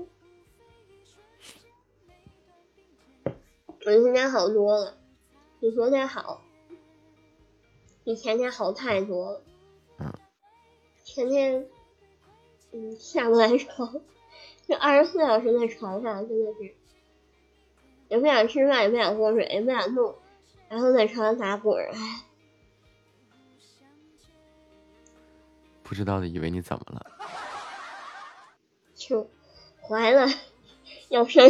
我今天好多了，比昨天好，比前天好太多了。前天，下不来床，就24小时在床上，真的是，也不想吃饭，也不想喝水，也不想动，然后在床上打滚儿。 不知道的以为你怎么了？ 就怀了，要生。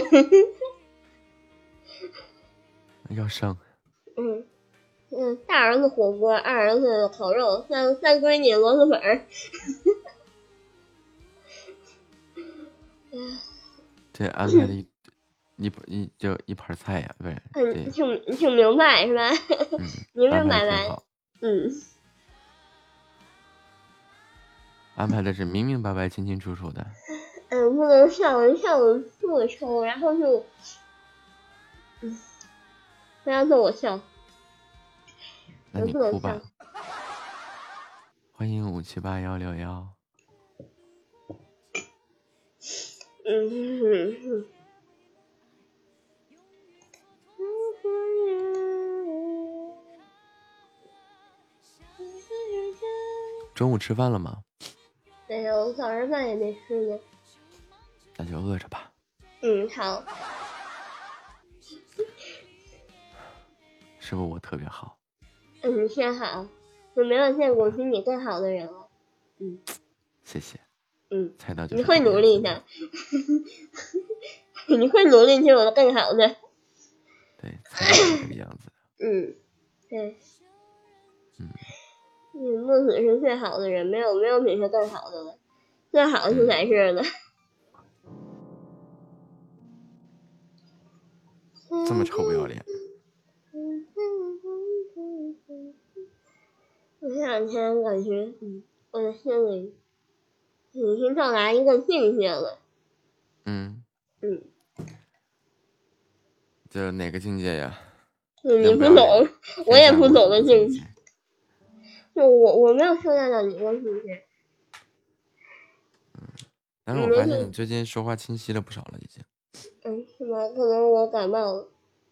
要生。 大儿子火锅，二儿子烤肉，三闺女螺蛳粉儿。 这安排的一盘菜呀，不是？ 挺明白是吧？明明白白。 安排的是明明白白、清清楚楚的。 不能上午不抽，然后就，不要逗我笑。 那你哭吧。欢迎578161。中午吃饭了吗？ 没有，早上饭也没吃呢。 那就饿着吧。 好。 是不是我特别好？ 你是好，我没有见过比你更好的人了。 谢谢。猜到你会努力的。你会努力就有更好的。 对，猜到这个样子。 对。你木子是最好的人，没有比他更好的了，最好的才是的。 这么臭不要脸。我这2天感觉，我的心里已经到达一个境界了。 这哪个境界呀？ 你不懂，我也不懂的境界。 就我没有收到到你的信息。 但是我发现你最近说话清晰了不少了，已经。 是吗？可能我感冒了。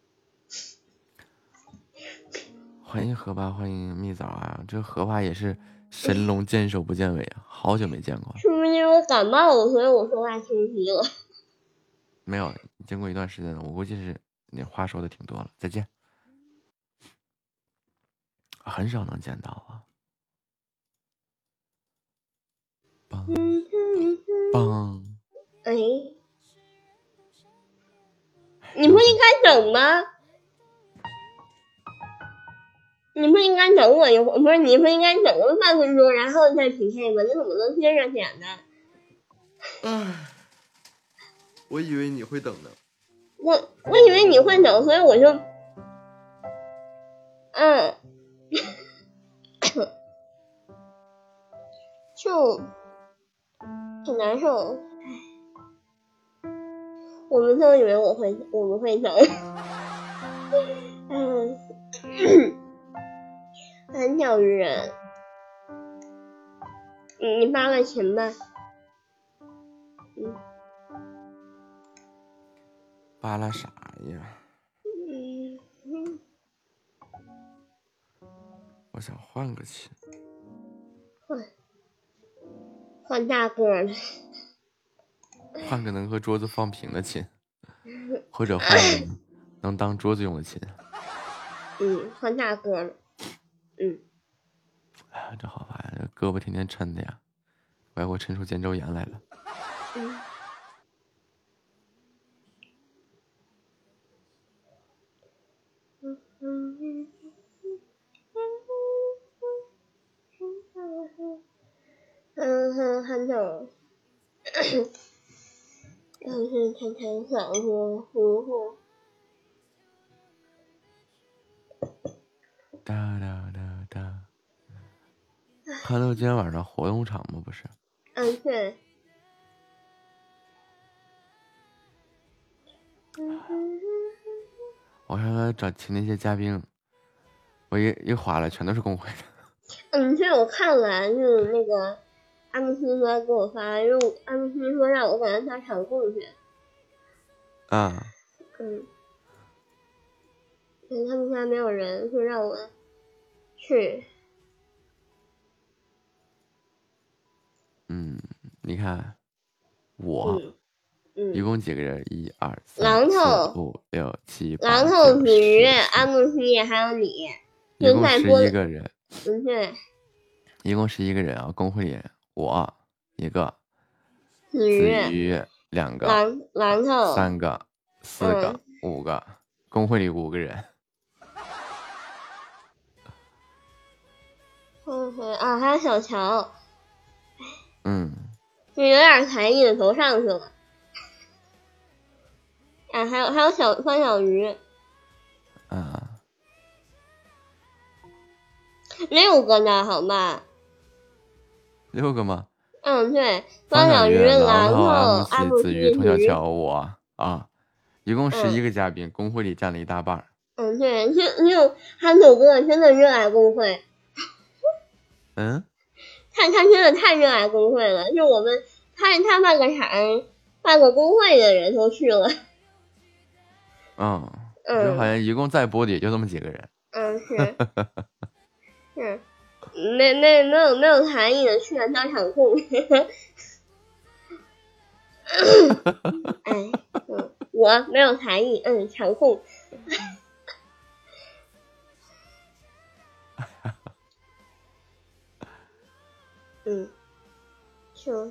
欢迎荷巴，欢迎蜜枣啊！这荷巴也是神龙见首不见尾啊，好久没见过。 是不是因为我感冒了，所以我说话清晰了？ 没有，经过一段时间了，我估计是你话说的挺多了。再见。很少能见到啊。棒棒。 哎，你不应该等吗？你不应该等我一会儿，不是你不应该等个半分钟，然后再PK吗？你怎么能接着点呢？ 唉，我以为你会等的。 我以为你会等，所以我就，就很难受。我们都以为我们会等。很鸟于人。你发了群吧。 扒拉啥呀？我想换个琴。 换大个的。 换个能和桌子放平的琴，或者换个能当桌子用的琴。 换大个的。 哎呀，这好烦呀！这胳膊天天抻的呀，我要抻出肩周炎来了。 很久。要是甜甜小糊。 哒哒哒哒。看到今天晚上活动场吗？不是。 对。 我看找请那些嘉宾，我一划了，全都是工会的。这我看了，就是那个MC说给我发，因为MC说让我赶快到场供去。他们家没有人，就让我去。 你看，我一共几个人？1、2、 3、4、 5、6、7、8、 榔头、子瑜、MC 还有你， 一共11个人。 对， 一共11个人啊！工会里我1个， 子瑜2个， 榔头 3个、4个、5个，工会里5个人。 还有小乔。就有点才艺的头上去了。还有方小鱼。6个呢，好吗 ？6个吗？ 对，方小鱼、榔头、 MC、子瑜、童小乔，我一共11个嘉宾，工会里占了一大半。 对，就憨头哥真的热爱工会。他真的太热爱工会了，就我们他办个场，办个工会的人都去了。 就好像一共在播的也就这么几个人。 是，没有才艺的去了当场控。我没有才艺，场控。是。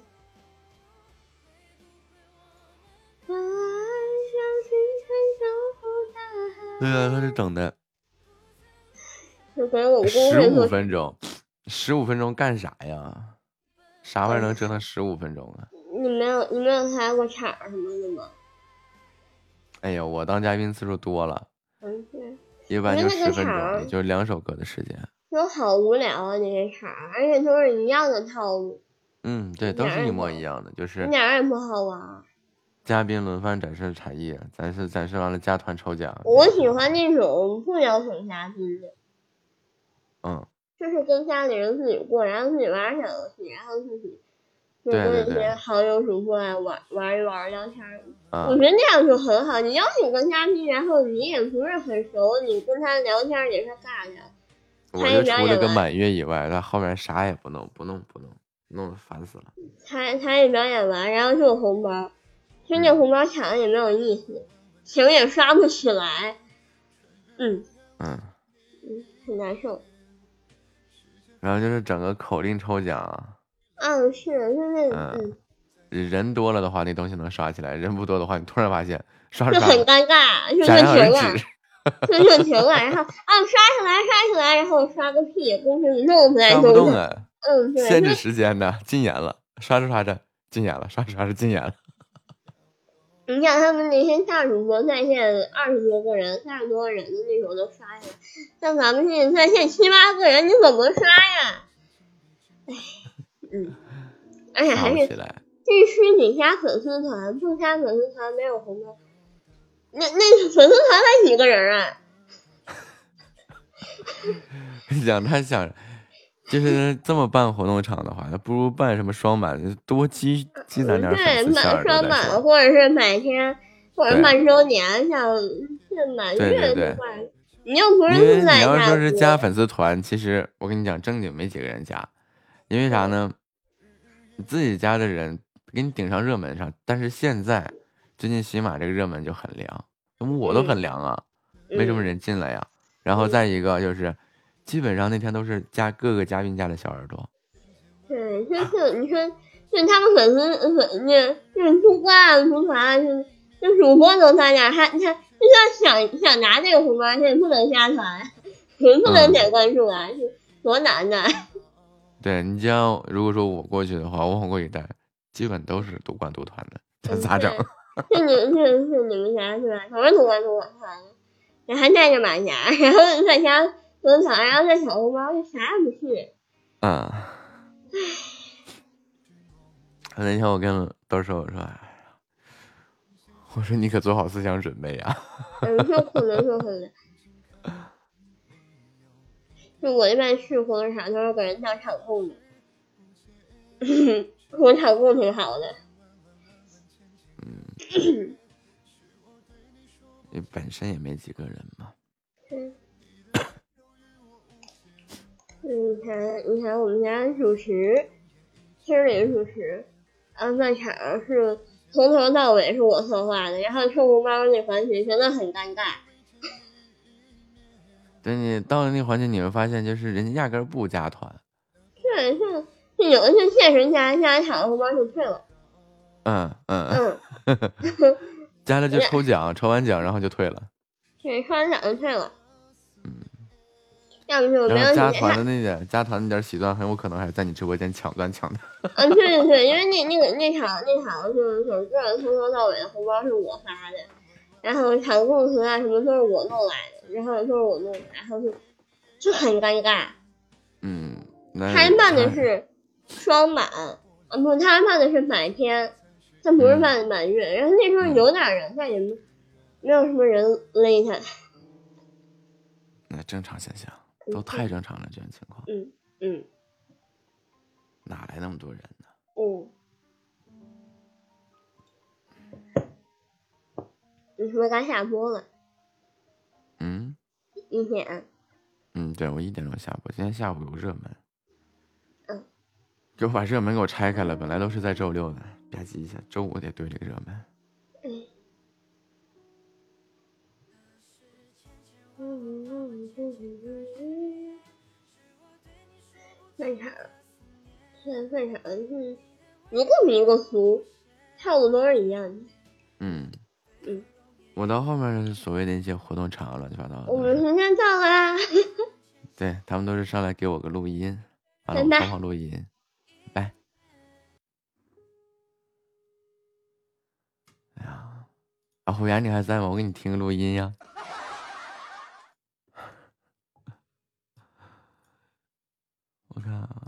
对啊，他是整的。 就感觉我们工会 15分钟，15分钟干啥呀？啥玩意能折腾15分钟啊？ 你没有开过场什么的吗？ 哎呀，我当嘉宾次数多了。 对。 一般就10分钟，也就2首歌的时间。 就好无聊啊，这些场，而且都是一样的套路。 对，都是一模一样的，就是一点也不好玩。 嘉宾轮番展示才艺，展示完了加团抽奖。 我喜欢那种不邀请嘉宾的。 就是跟家里人自己过，然后自己玩小游戏，然后自己就跟一些好友主播啊玩一玩聊天。我觉得那样就很好。你要是跟嘉宾，然后你也不是很熟，你跟他聊天也是尬聊。 我就除了个满月以外，他后面啥也不弄，弄得烦死了。 他也表演完，然后就有红包，其实那红包抢的也没有意思，情也刷不起来，很难受。 然后就是整个口令抽奖。 是，就是人多了的话，那东西能刷起来；人不多的话，你突然发现刷就很尴尬，就停了，就停了。然后刷起来，然后刷个屁，就是弄不来刷不动啊。 对， 限制时间的，禁言了，刷着禁言了，刷着禁言了。 你看他们那些大主播在线20多个人、30多个人的那种都刷下来，像咱们现在在线7、8个人，你怎么刷呀？而且还是必须得加粉丝团，不加粉丝团没有红包。那粉丝团才几个人啊？ 他想，就是这么办活动场的话，不如办什么双满，多积攒点粉丝线。 对，双满或者是100天，或者半周年，像是满月的话，你又不是自在家。 你要说是加粉丝团，其实我跟你讲，正经没几个人加，因为啥呢？你自己家的人给你顶上热门上，但是现在最近喜马这个热门就很凉，我都很凉啊，没什么人进来呀。然后再一个就是，基本上那天都是各个嘉宾家的小耳朵。 对，就是你说，就他们就是出关出团，就主播都在那，他就想拿这个红包，他不能加团，不能点关注啊，多难的。 对，你像如果说我过去的话，我往过一带，基本都是独关独团的，这咋整？ 是你们家是吧？全是独关独团的，然后还带着马甲，然后在家蹲场，然后再小红包，啥也不是。 那天我跟豆叔我说你可做好思想准备啊。 就可能。就我一般去活动场都是给人叫场控的，我场控挺好的。 你本身也没几个人嘛。 你看我们家主持，天理主持，在场是从头到尾是我策划的，然后抽红包那环节真的很尴尬。 对，你到了那环节，你会发现就是人家压根不加团。 是有的是现实加场红包就退了。 加了就抽奖，抽完奖然后就退了。 对，抽完奖就退了。要不就没有加团的那点喜钻，很有可能还在你直播间抢的。 对，因为那场就是整个从头到尾的红包是我发的，然后场控词啊什么都是我弄来的，然后都是我弄的，然后就很尴尬。他办的是双满，不，他办的是100天，他不是办的满月。然后那时候有点人，但也没有什么人勒他。 那正常现象，都太正常了，这种情况。哪来那么多人呢？ 你是不是该下播了？1点。 对，我1点钟下播。今天下午有热门。给我把热门给我拆开了，本来都是在周6的，吧唧一下，周5得对这个热门。饭场，现在饭场是一个比一个俗，套路都是一样的。 我到后面所谓的一些活动场乱七八糟的， 我们时间到啦。 对，他们都是上来给我个录音，完了我放录音，拜。哎呀，虎牙你还在吗？我给你听个录音呀。我看啊，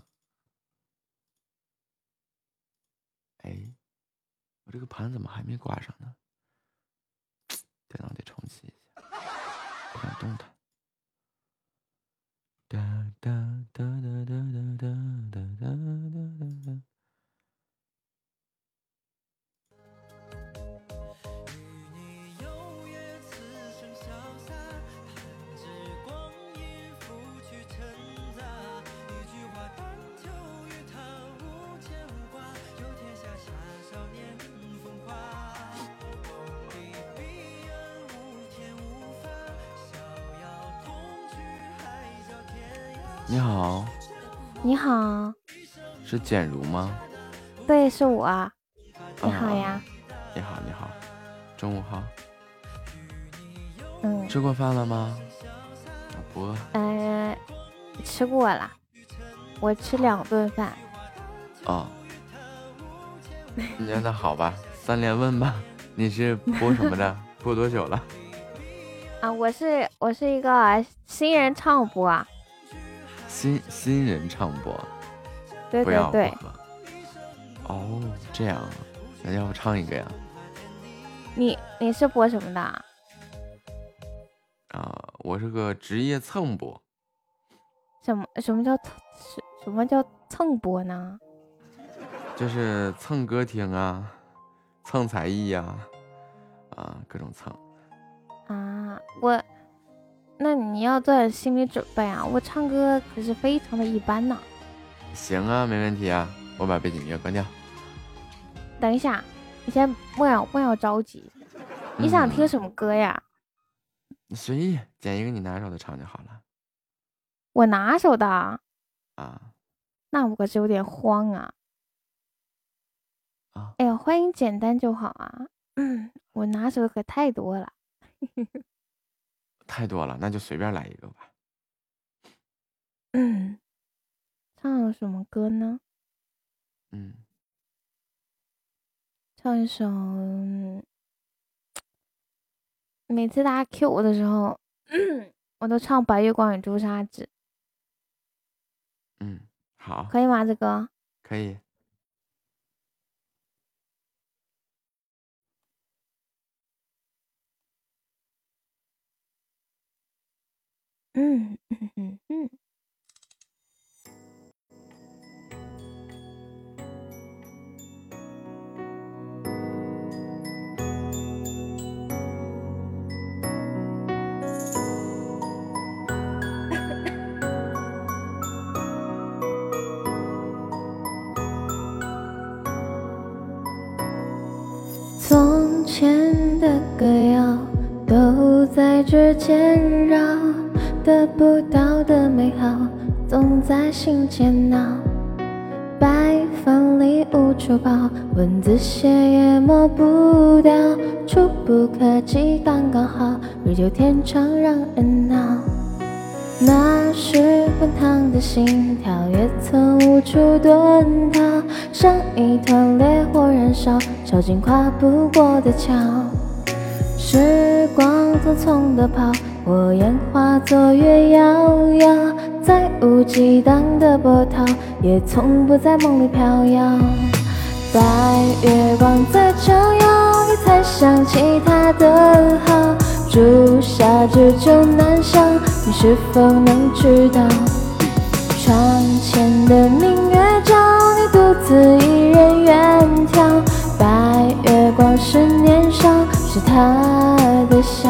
我这个盘怎么还没挂上呢？电脑得重启一下，不想动它。哒你好。 你好。 是简如吗？ 对，是我。你好呀。 你好，你好，中午好。 吃过饭了吗？不饿。 吃过了，我吃2顿饭。 哦。那好吧，3连问吧。你是播什么的？播多久了？ 啊，我是一个新人唱播啊。 新人唱播。 对对对。 哦，这样啊，那要不唱一个呀？ 你是播什么的？ 啊，我是个职业蹭播。 什么叫蹭播呢？ 就是蹭歌听啊，蹭才艺呀，各种蹭。 啊，那你要做点心理准备啊，我唱歌可是非常的一般呢。 行啊，没问题啊，我把背景音乐关掉。 等一下，你先不要着急，你想听什么歌呀？ 你随意捡一个你拿手的唱就好了。 我拿手的啊？ 那我可是有点慌啊。哎呀，欢迎简单就好啊。我拿手的可太多了。 太多了，那就随便来一个吧。 唱什么歌呢？唱一首，每次大家 Q 我的时候，我都唱《白月光与朱砂痣》。 好， 可以吗？这个可以。 从前的歌谣都在指尖绕，得不到的美好总在心间闹。白饭里无处跑，文字写也抹不掉，触不可及刚刚好，日久天长让人恼。那时滚烫的心跳也曾无处遁逃，像一团烈火燃烧，烧尽跨不过的桥。时光匆匆地跑，火焰化作月遥遥，再无激荡的波涛，也从不在梦里飘摇。白月光在照耀，你才想起他的好，朱砂痣就难消，你是否能知道？窗前的明月照，你独自一人远眺，白月光是年少，是他的笑。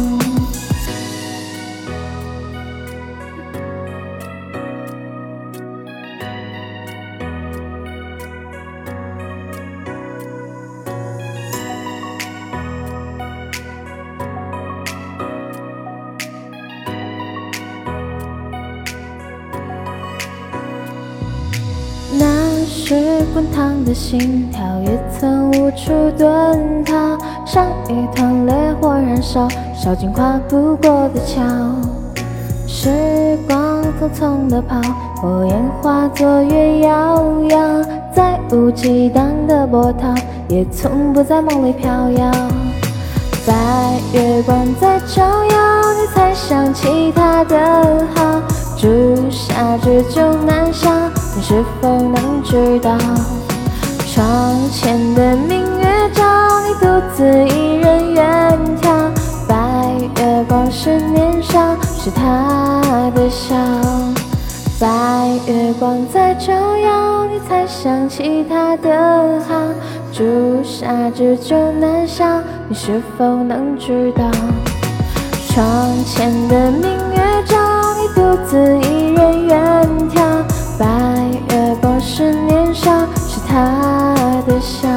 那时滚烫的心跳也曾无处遁逃，像一团烈火燃烧，烧尽跨不过的桥。时光匆匆地跑，火焰化作月遥遥，再无激荡的波涛，也从不在梦里飘摇。白月光在照耀，你才想起他的好，朱砂痣就难消，你是否能知道？窗前的明月照，你独自一人远眺，白月光是年少，是他的笑。 白月光在照耀，你才想起他的好。朱砂痣就难消，你是否能知道？窗前的明月照，你独自一人远眺。白月光是年少，是他的笑。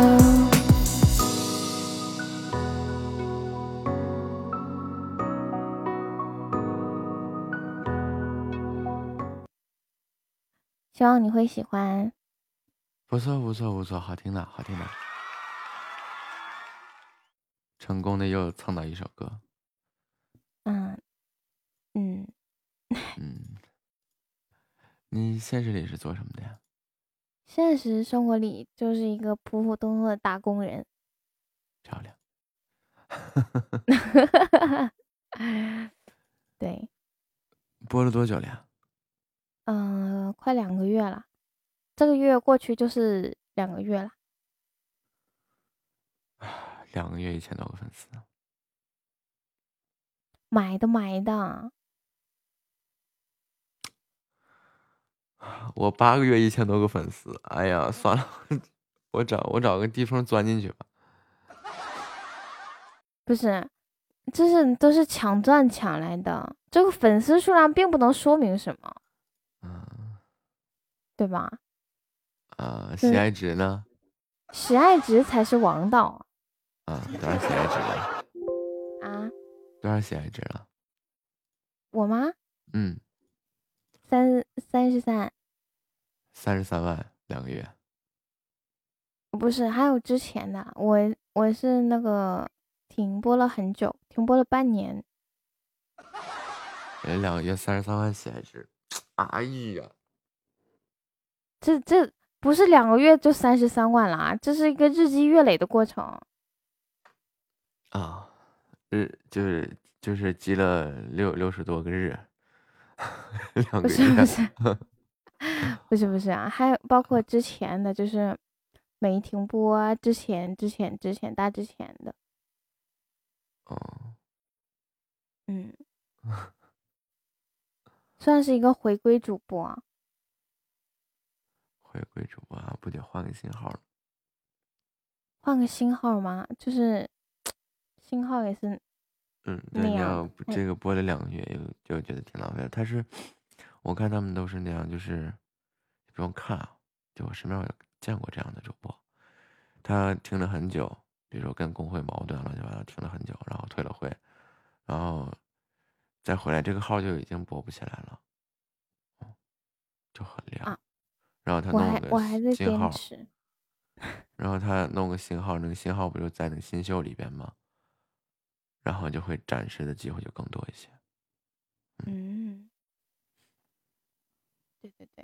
希望你会喜欢。 不错不错不错，好听的好听的。成功的又蹭到一首歌。 嗯嗯嗯，你现实里是做什么的呀？ 现实生活里就是一个普普通通的打工人。 漂亮。 对。 播了多久了呀？ 快2个月了，这个月过去就是2个月了。 2个月1000多个粉丝。 买的。 我8个月1000多个粉丝，哎呀，算了，我找个地缝钻进去吧。 不是，这是都是抢钻抢来的，这个粉丝数量并不能说明什么，对吧？ 喜爱值呢？ 喜爱值才是王道。 多少喜爱值了？ 啊？ 多少喜爱值了？ 我吗？33。 33万2个月。 不是，还有之前的，我是那个停播了很久，停播了半年。 人2个月33万喜爱值，哎呀， 这不是2个月就33万了啊，这是一个日积月累的过程。 就是积了60多个日，2个月。不是啊，还有包括之前的，就是没停播啊，之前大之前的。算是一个回归主播啊。 回归主播啊，不得换个新号了？ 换个新号吗？就是新号也是对， 那你要样的。 这个播了2个月，就觉得挺浪费的。我看他们都是那样，就是不用看啊，就我身边有见过这样的主播，他停了很久，比如说跟工会矛盾乱七八糟，停了很久，然后退了会，然后再回来，这个号就已经播不起来了，就很凉。然后他弄个我还在新号， 坚持。 然后他弄个新号，那个新号不就在那个新秀里边吗？然后就会展示的机会就更多一些。 对。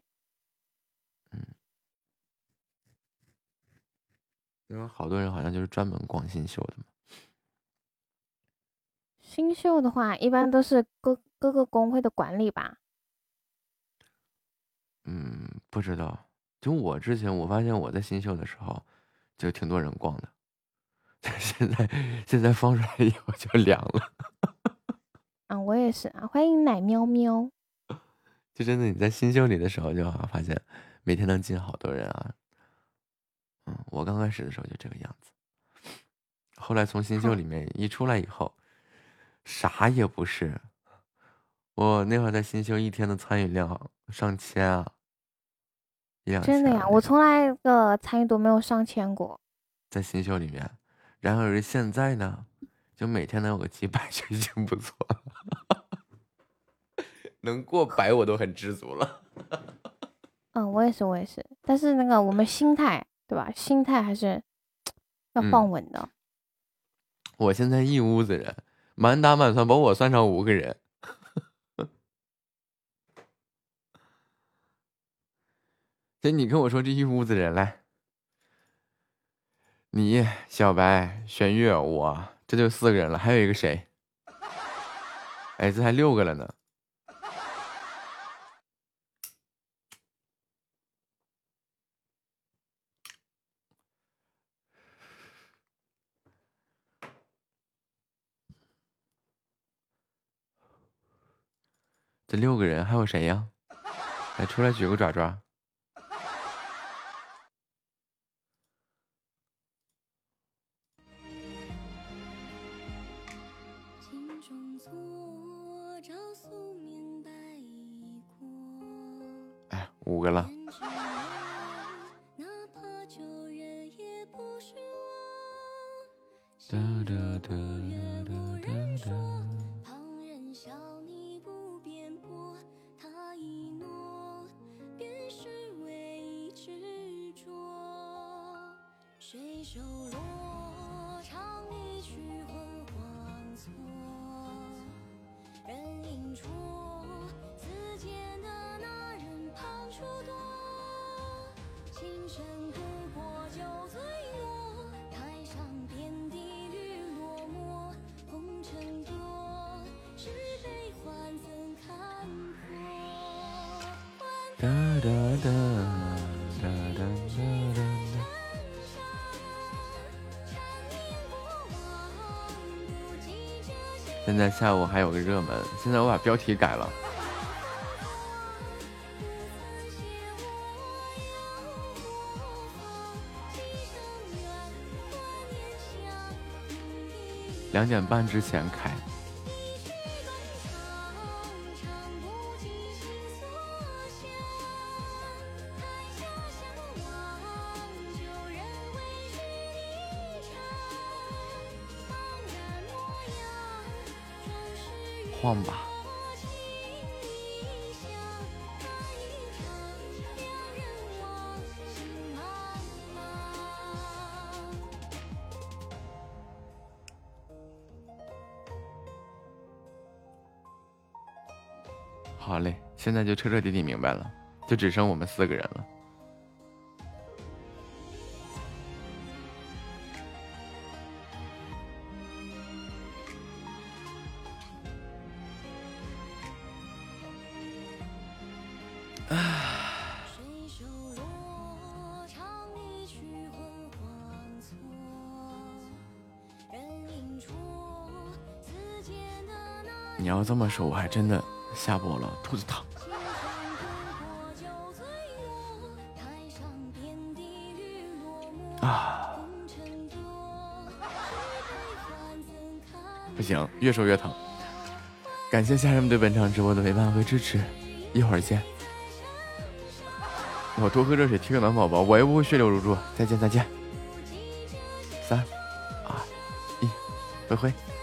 因为好多人好像就是专门逛新秀的嘛。 新秀的话，一般都是各个工会的管理吧。 不知道。就我之前，我发现我在新秀的时候，就挺多人逛的。现在放出来以后就凉了。 我也是啊。欢迎奶喵喵。 就真的你在新秀里的时候，就好像发现每天能进好多人啊。我刚开始的时候就这个样子。后来从新秀里面一出来以后，啥也不是。我那会儿在新秀一天的参与量上千啊，1-2千。 真的呀，我从来的参与度没有上千过。 在新秀里面，然而现在呢，就每天能有个几百就已经不错了。能过100我都很知足了。 我也是，但是那个我们心态，对吧？心态还是要放稳的。 我现在一屋子人，满打满算把我算上5个人。所以你跟我说这一屋子人来，你小白、玄月，我这就4个人了，还有一个谁？哎，这才6个了呢。这6个人还有谁呀？ 来，出来举个爪爪。哎，5个了。哒哒哒哒哒哒。 水手落，唱一曲昏黄错，人影处，此间的那人旁处多，琴声不过酒醉落，台上遍地雨落寞，红尘多，是悲欢怎看破？ 哒哒哒哒哒哒哒。现在下午还有个热门，现在我把标题改了。2点半之前开。晃吧。好嘞，现在就彻彻底底明白了，就只剩我们4个人了。你要这么说，我还真的下播了，兔子疼。啊！不行，越说越疼。感谢家人们对本场直播的陪伴和支持，一会儿见。我多喝热水，替个暖宝宝，我又不会血流如注。再见再见。3、2、1，挥挥。